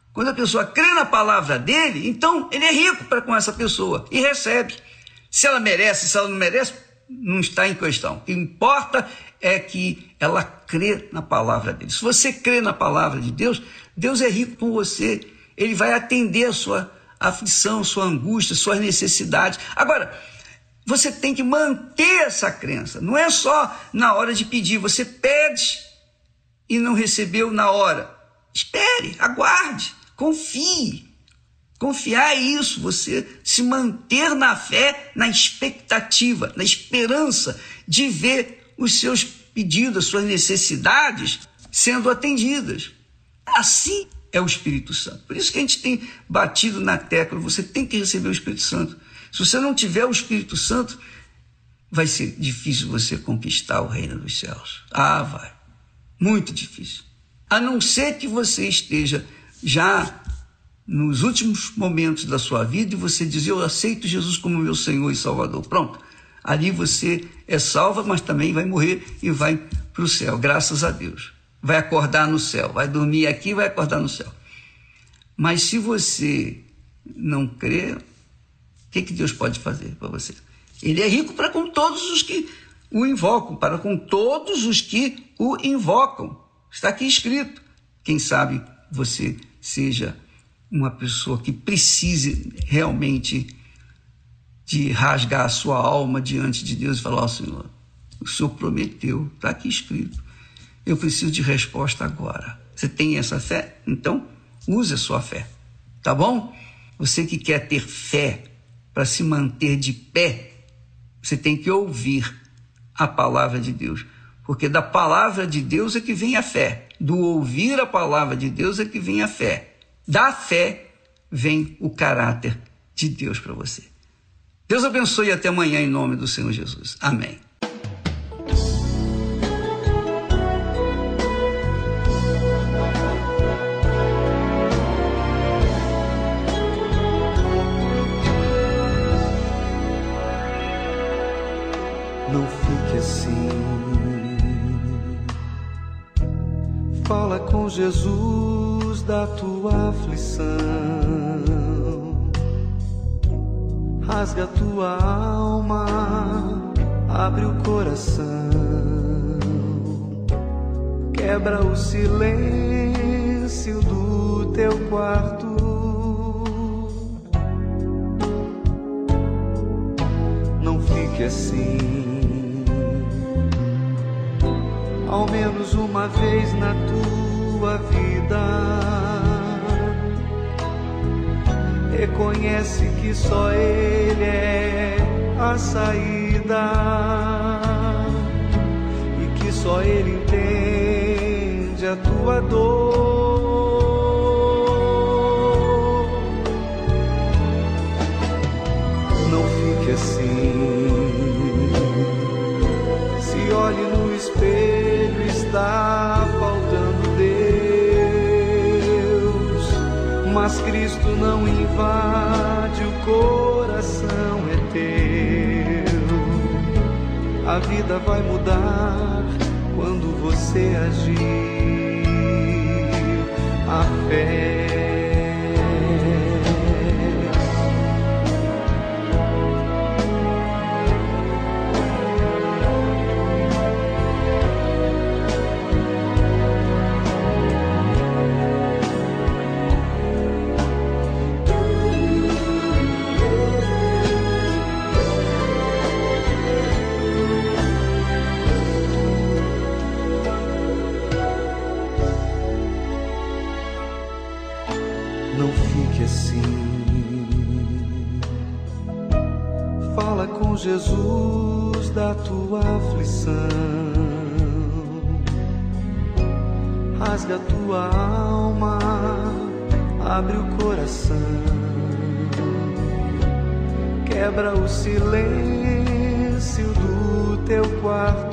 Quando a pessoa crê na palavra dele, então ele é rico para com essa pessoa e recebe. Se ela merece, se ela não merece, não está em questão. O que importa é que ela crê na palavra dele. Se você crê na palavra de Deus, Deus é rico com você. Ele vai atender a sua aflição, sua angústia, suas necessidades. Agora, você tem que manter essa crença. Não é só na hora de pedir. Você pede e não recebeu na hora. Espere, aguarde, confie. Confiar é isso, você se manter na fé, na expectativa, na esperança de ver os seus pedidos, as suas necessidades sendo atendidas. Assim é o Espírito Santo. Por isso que a gente tem batido na tecla, você tem que receber o Espírito Santo. Se você não tiver o Espírito Santo, vai ser difícil você conquistar o reino dos céus. Vai. Muito difícil. A não ser que você esteja já nos últimos momentos da sua vida e você diz, eu aceito Jesus como meu Senhor e Salvador. Pronto. Ali você é salva, mas também vai morrer e vai para o céu, graças a Deus. Vai acordar no céu, vai dormir aqui e vai acordar no céu. Mas se você não crê, o que Deus pode fazer para você? Ele é rico para com todos os que o invocam, para com todos os que o invocam. Está aqui escrito. Quem sabe você seja uma pessoa que precise realmente de rasgar a sua alma diante de Deus e falar, Senhor, o Senhor prometeu, está aqui escrito. Eu preciso de resposta agora. Você tem essa fé? Então, use a sua fé. Tá bom? Você que quer ter fé para se manter de pé, você tem que ouvir a palavra de Deus. Porque da palavra de Deus é que vem a fé. Do ouvir a palavra de Deus é que vem a fé. Da fé vem o caráter de Deus para você. Deus abençoe e até amanhã em nome do Senhor Jesus. Amém. Não fique assim. Fala com Jesus da tua aflição. Rasga tua alma, abre o coração. Quebra o silêncio do teu quarto. Não fique assim. Ao menos uma vez na tua vida, reconhece que só Ele é a saída e que só Ele entende a tua dor. Não fique assim. Se olhe no espelho, está faltando Deus, mas Cristo não invade, o coração é teu. A vida vai mudar quando você agir. A fé. Não fique assim. Fala com Jesus da tua aflição. Rasga tua alma, abre o coração. Quebra o silêncio do teu quarto.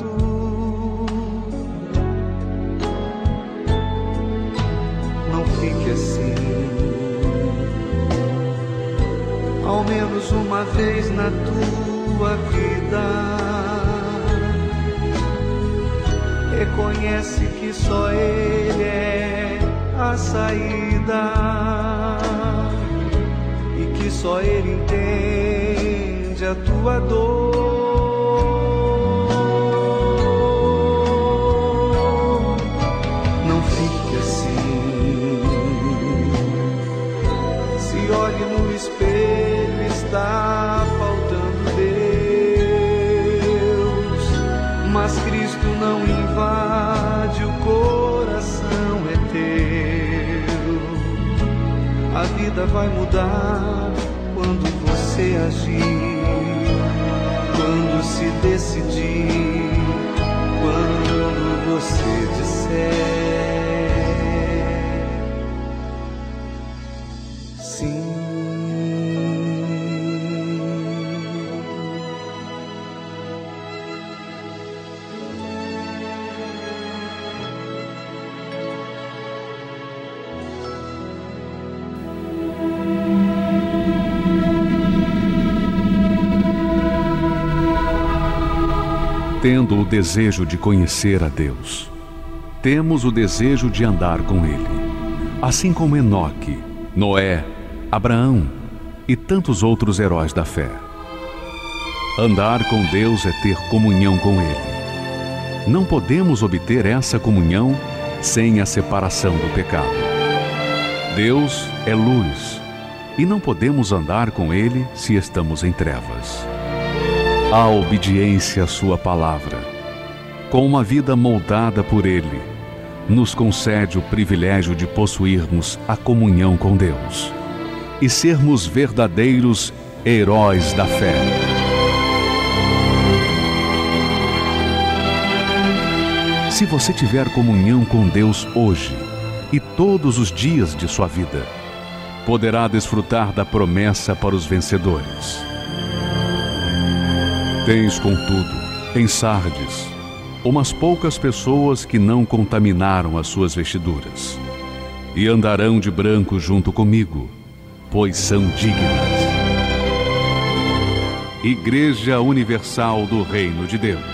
Não fique assim. Ao menos uma vez na tua vida, reconhece que só Ele é a uma saída e que só Ele entende a tua dor. Não fique assim, se olhe no espelho, está faltando Deus, mas Cristo não invade o coração, é teu. A vida vai mudar quando você agir, quando se decidir, quando você disser sim. Tendo o desejo de conhecer a Deus, temos o desejo de andar com Ele, assim como Enoque, Noé, Abraão e tantos outros heróis da fé. Andar com Deus é ter comunhão com Ele. Não podemos obter essa comunhão sem a separação do pecado. Deus é luz e não podemos andar com Ele se estamos em trevas. A obediência à sua palavra, com uma vida moldada por Ele, nos concede o privilégio de possuirmos a comunhão com Deus e sermos verdadeiros heróis da fé. Se você tiver comunhão com Deus hoje e todos os dias de sua vida, poderá desfrutar da promessa para os vencedores. Tens, contudo, em Sardes, umas poucas pessoas que não contaminaram as suas vestiduras, e andarão de branco junto comigo, pois são dignas. Igreja Universal do Reino de Deus.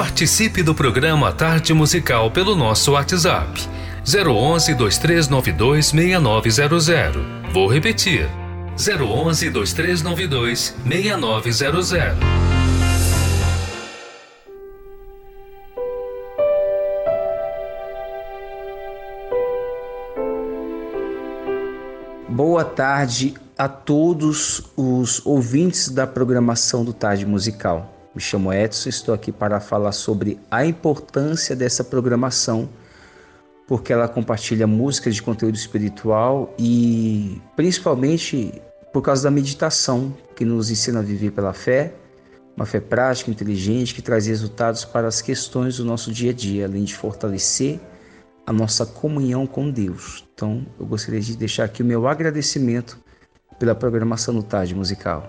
Participe do programa Tarde Musical pelo nosso WhatsApp 011 2392 6900. Vou repetir: 011 2392 6900. Boa tarde a todos os ouvintes da programação do Tarde Musical. Me chamo Edson, estou aqui para falar sobre a importância dessa programação, porque ela compartilha músicas de conteúdo espiritual e principalmente por causa da meditação, que nos ensina a viver pela fé, uma fé prática, inteligente, que traz resultados para as questões do nosso dia a dia, além de fortalecer a nossa comunhão com Deus. Então, eu gostaria de deixar aqui o meu agradecimento pela programação do Tarde Musical.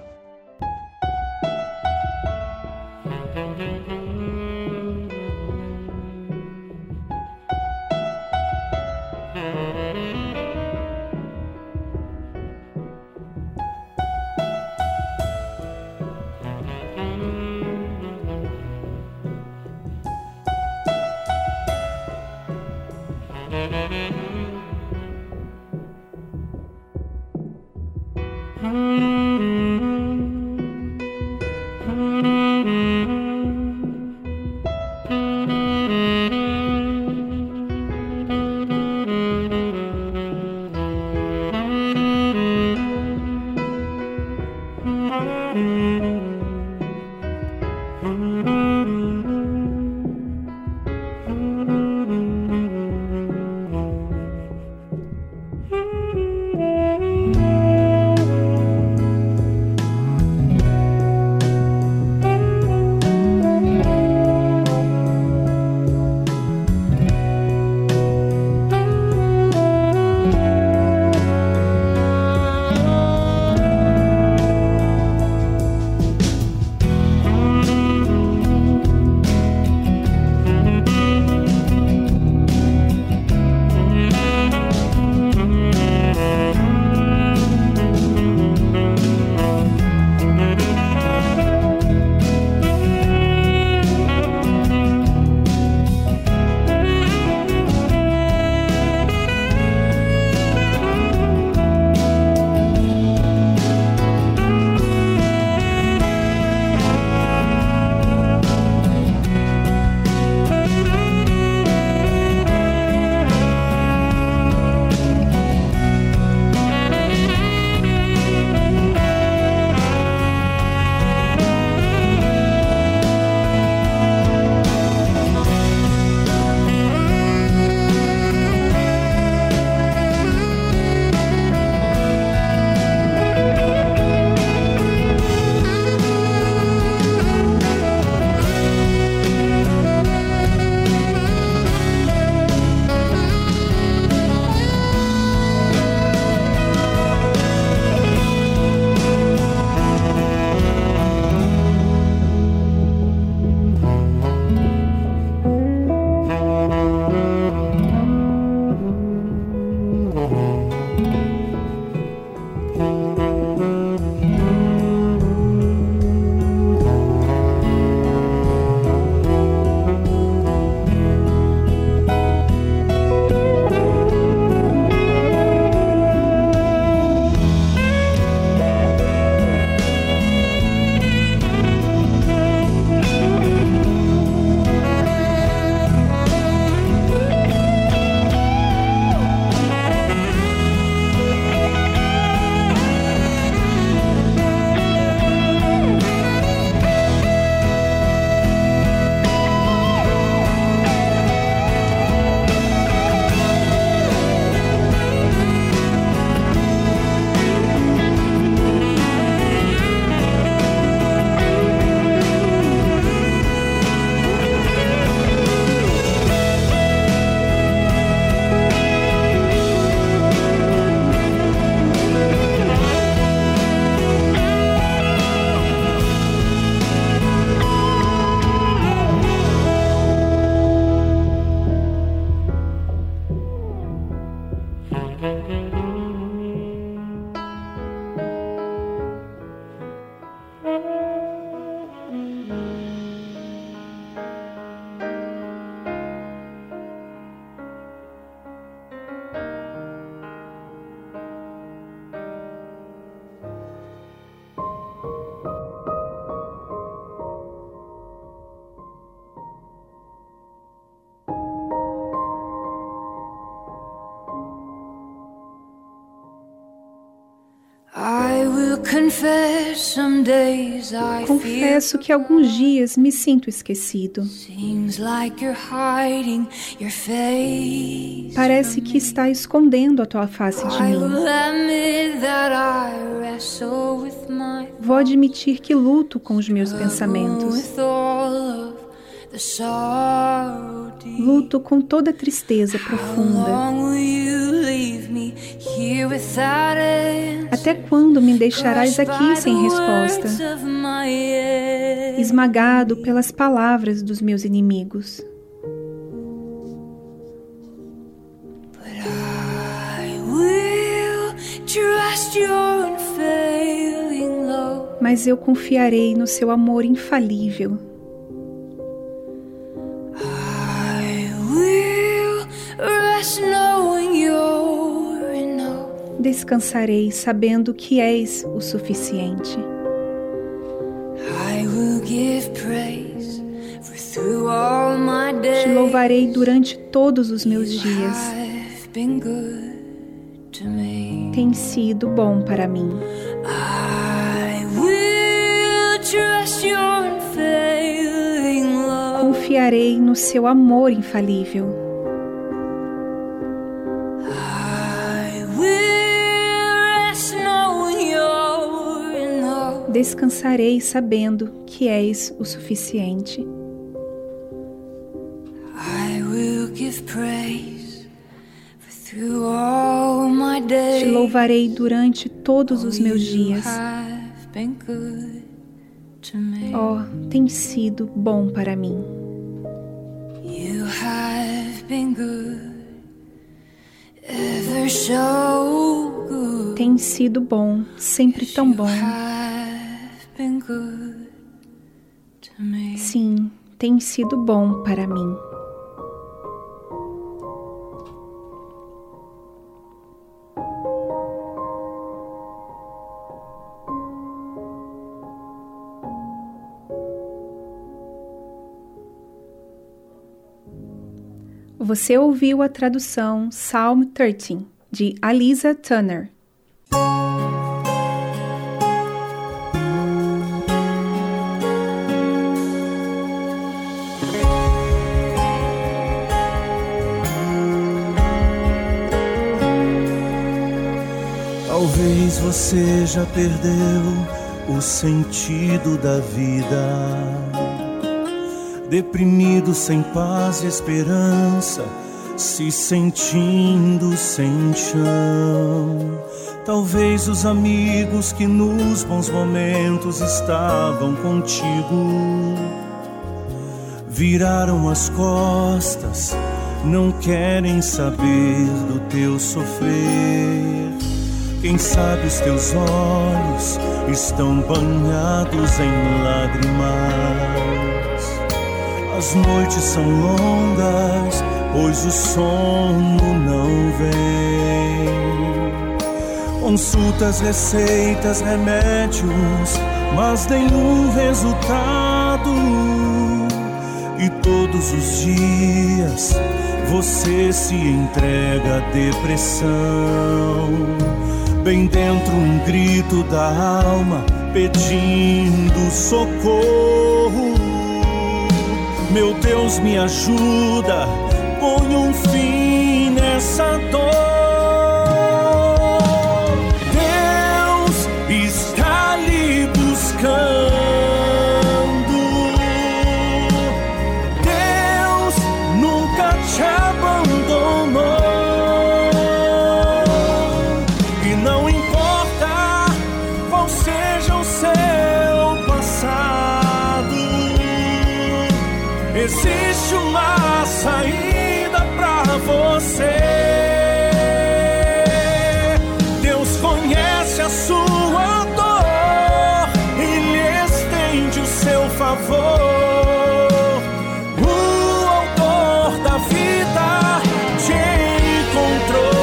Confesso que alguns dias me sinto esquecido. Parece que está escondendo a tua face de mim. Vou admitir que luto com os meus pensamentos. Luto com toda tristeza profunda. Até quando me deixarás aqui sem resposta, esmagado pelas palavras dos meus inimigos? Mas eu confiarei no seu amor infalível. Descansarei sabendo que és o suficiente. Te louvarei durante todos os meus dias. Tem sido bom para mim. Confiarei no seu amor infalível. Descansarei sabendo que és o suficiente. Te louvarei durante todos os meus dias. Oh, tem sido bom para mim. Tem sido bom, sempre tão bom. Sim, tem sido bom para mim. Você ouviu a tradução Psalm 13, de Alisa Turner. Talvez você já perdeu o sentido da vida, deprimido, sem paz e esperança, se sentindo sem chão. Talvez os amigos que nos bons momentos estavam contigo viraram as costas, não querem saber do teu sofrer. Quem sabe os teus olhos estão banhados em lágrimas. As noites são longas, pois o sono não vem. Consultas, receitas, remédios, mas nenhum resultado. E todos os dias você se entrega à depressão. Bem dentro um grito da alma pedindo socorro. Meu Deus, me ajuda, põe um fim nessa dor. Deus está lhe buscando. Deus nunca te abandonou. E não importa qual seja o seu passado, existe uma saída pra você. Deus conhece a sua dor e lhe estende o seu favor. O autor da vida te encontrou.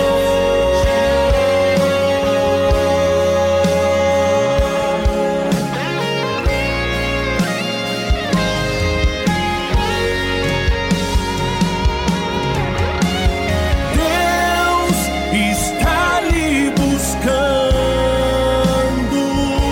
Deus está lhe buscando.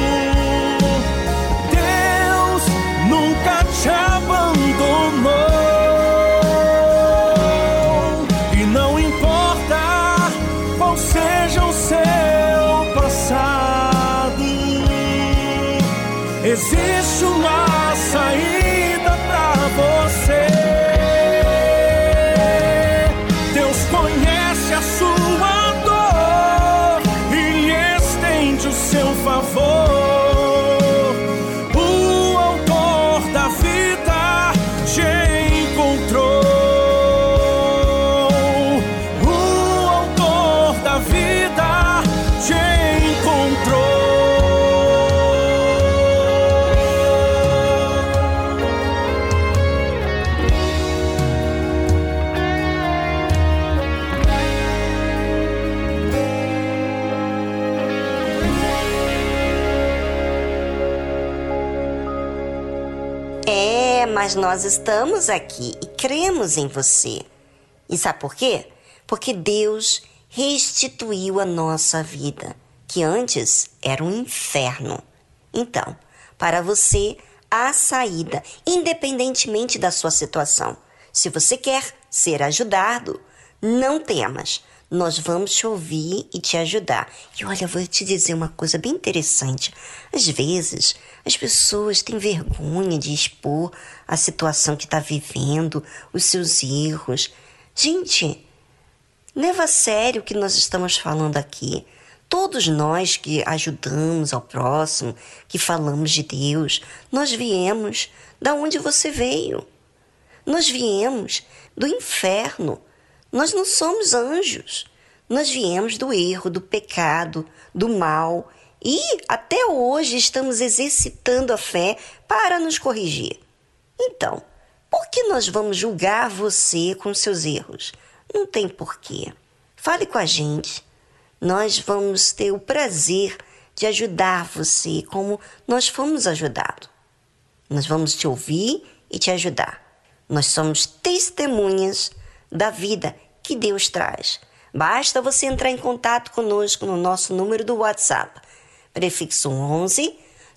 mas nós estamos aqui e cremos em você. E sabe por quê? Porque Deus restituiu a nossa vida, que antes era um inferno. Então, para você, há saída, independentemente da sua situação. Se você quer ser ajudado, não temas. Nós vamos te ouvir e te ajudar. E olha, eu vou te dizer uma coisa bem interessante. Às vezes, as pessoas têm vergonha de expor a situação que está vivendo, os seus erros. Gente, leva a sério o que nós estamos falando aqui. Todos nós que ajudamos ao próximo, que falamos de Deus, nós viemos da onde você veio. Nós viemos do inferno. Nós não somos anjos. Nós viemos do erro, do pecado, do mal. E até hoje estamos exercitando a fé para nos corrigir. Então, por que nós vamos julgar você com seus erros? Não tem porquê. Fale com a gente. Nós vamos ter o prazer de ajudar você como nós fomos ajudados. Nós vamos te ouvir e te ajudar. Nós somos testemunhas da vida que Deus traz. Basta você entrar em contato conosco no nosso número do WhatsApp, prefixo 11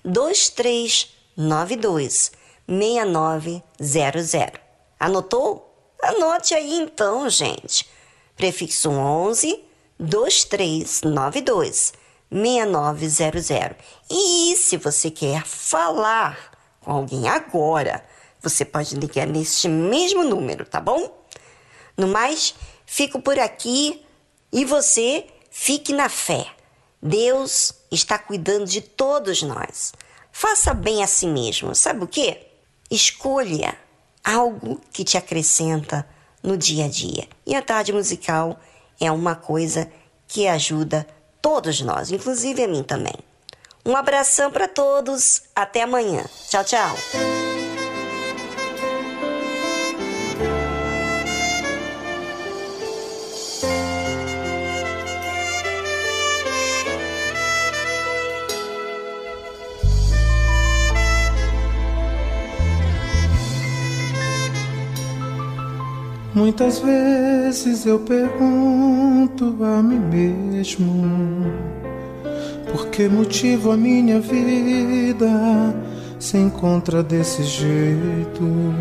2392 6900. Anotou? Anote aí então, gente. Prefixo 11 2392 6900. E se você quer falar com alguém agora, você pode ligar neste mesmo número, tá bom? No mais, fico por aqui e você fique na fé. Deus está cuidando de todos nós. Faça bem a si mesmo. Sabe o quê? Escolha algo que te acrescenta no dia a dia. E a tarde musical é uma coisa que ajuda todos nós, inclusive a mim também. Um abração para todos. Até amanhã. Tchau, tchau. Muitas vezes eu pergunto a mim mesmo: por que motivo a minha vida se encontra desse jeito?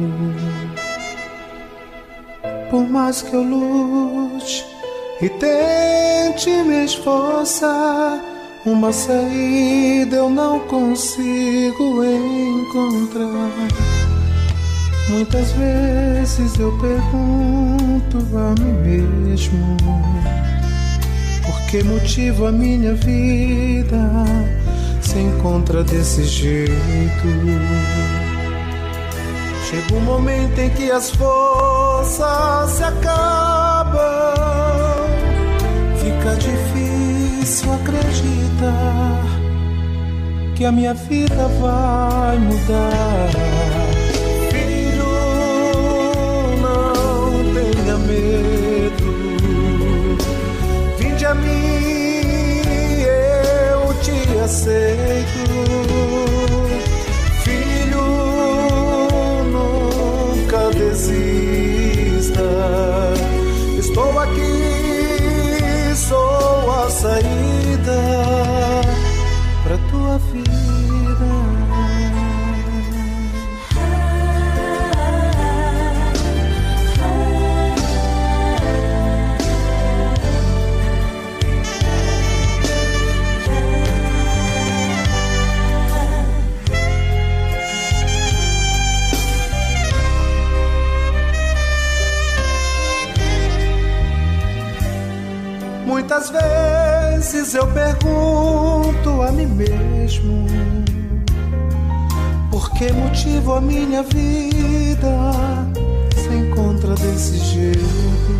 Por mais que eu lute e tente me esforçar, uma saída eu não consigo encontrar. Muitas vezes eu pergunto a mim mesmo: por que motivo a minha vida se encontra desse jeito? Chega um momento em que as forças se acabam, fica difícil acreditar que a minha vida vai mudar. Medo, vinde a mim, eu te aceito. Filho, nunca desista. Estou aqui, sou a saída pra tua vida. Muitas vezes eu pergunto a mim mesmo: por que motivo a minha vida se encontra desse jeito?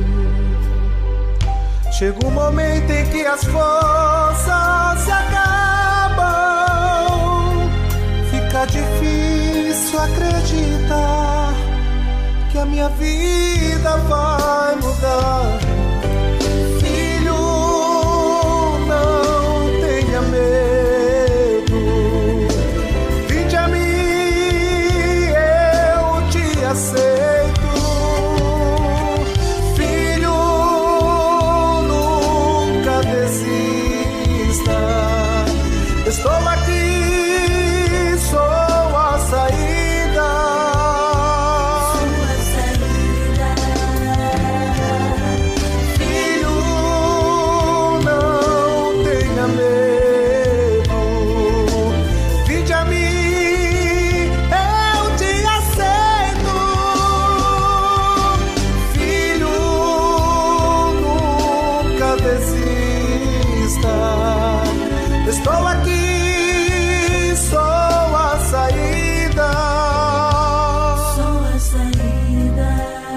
Chega um momento em que as forças se acabam, fica difícil acreditar que a minha vida vai mudar. Medo, vinde a mim, desista. Estou aqui, sou a saída. Sou a saída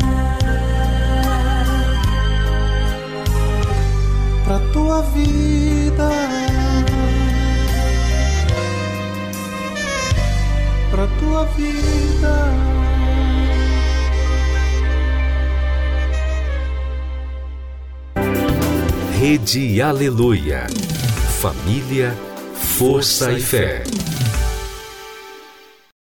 pra tua vida, pra tua vida. Rede Aleluia. Família, força e fé.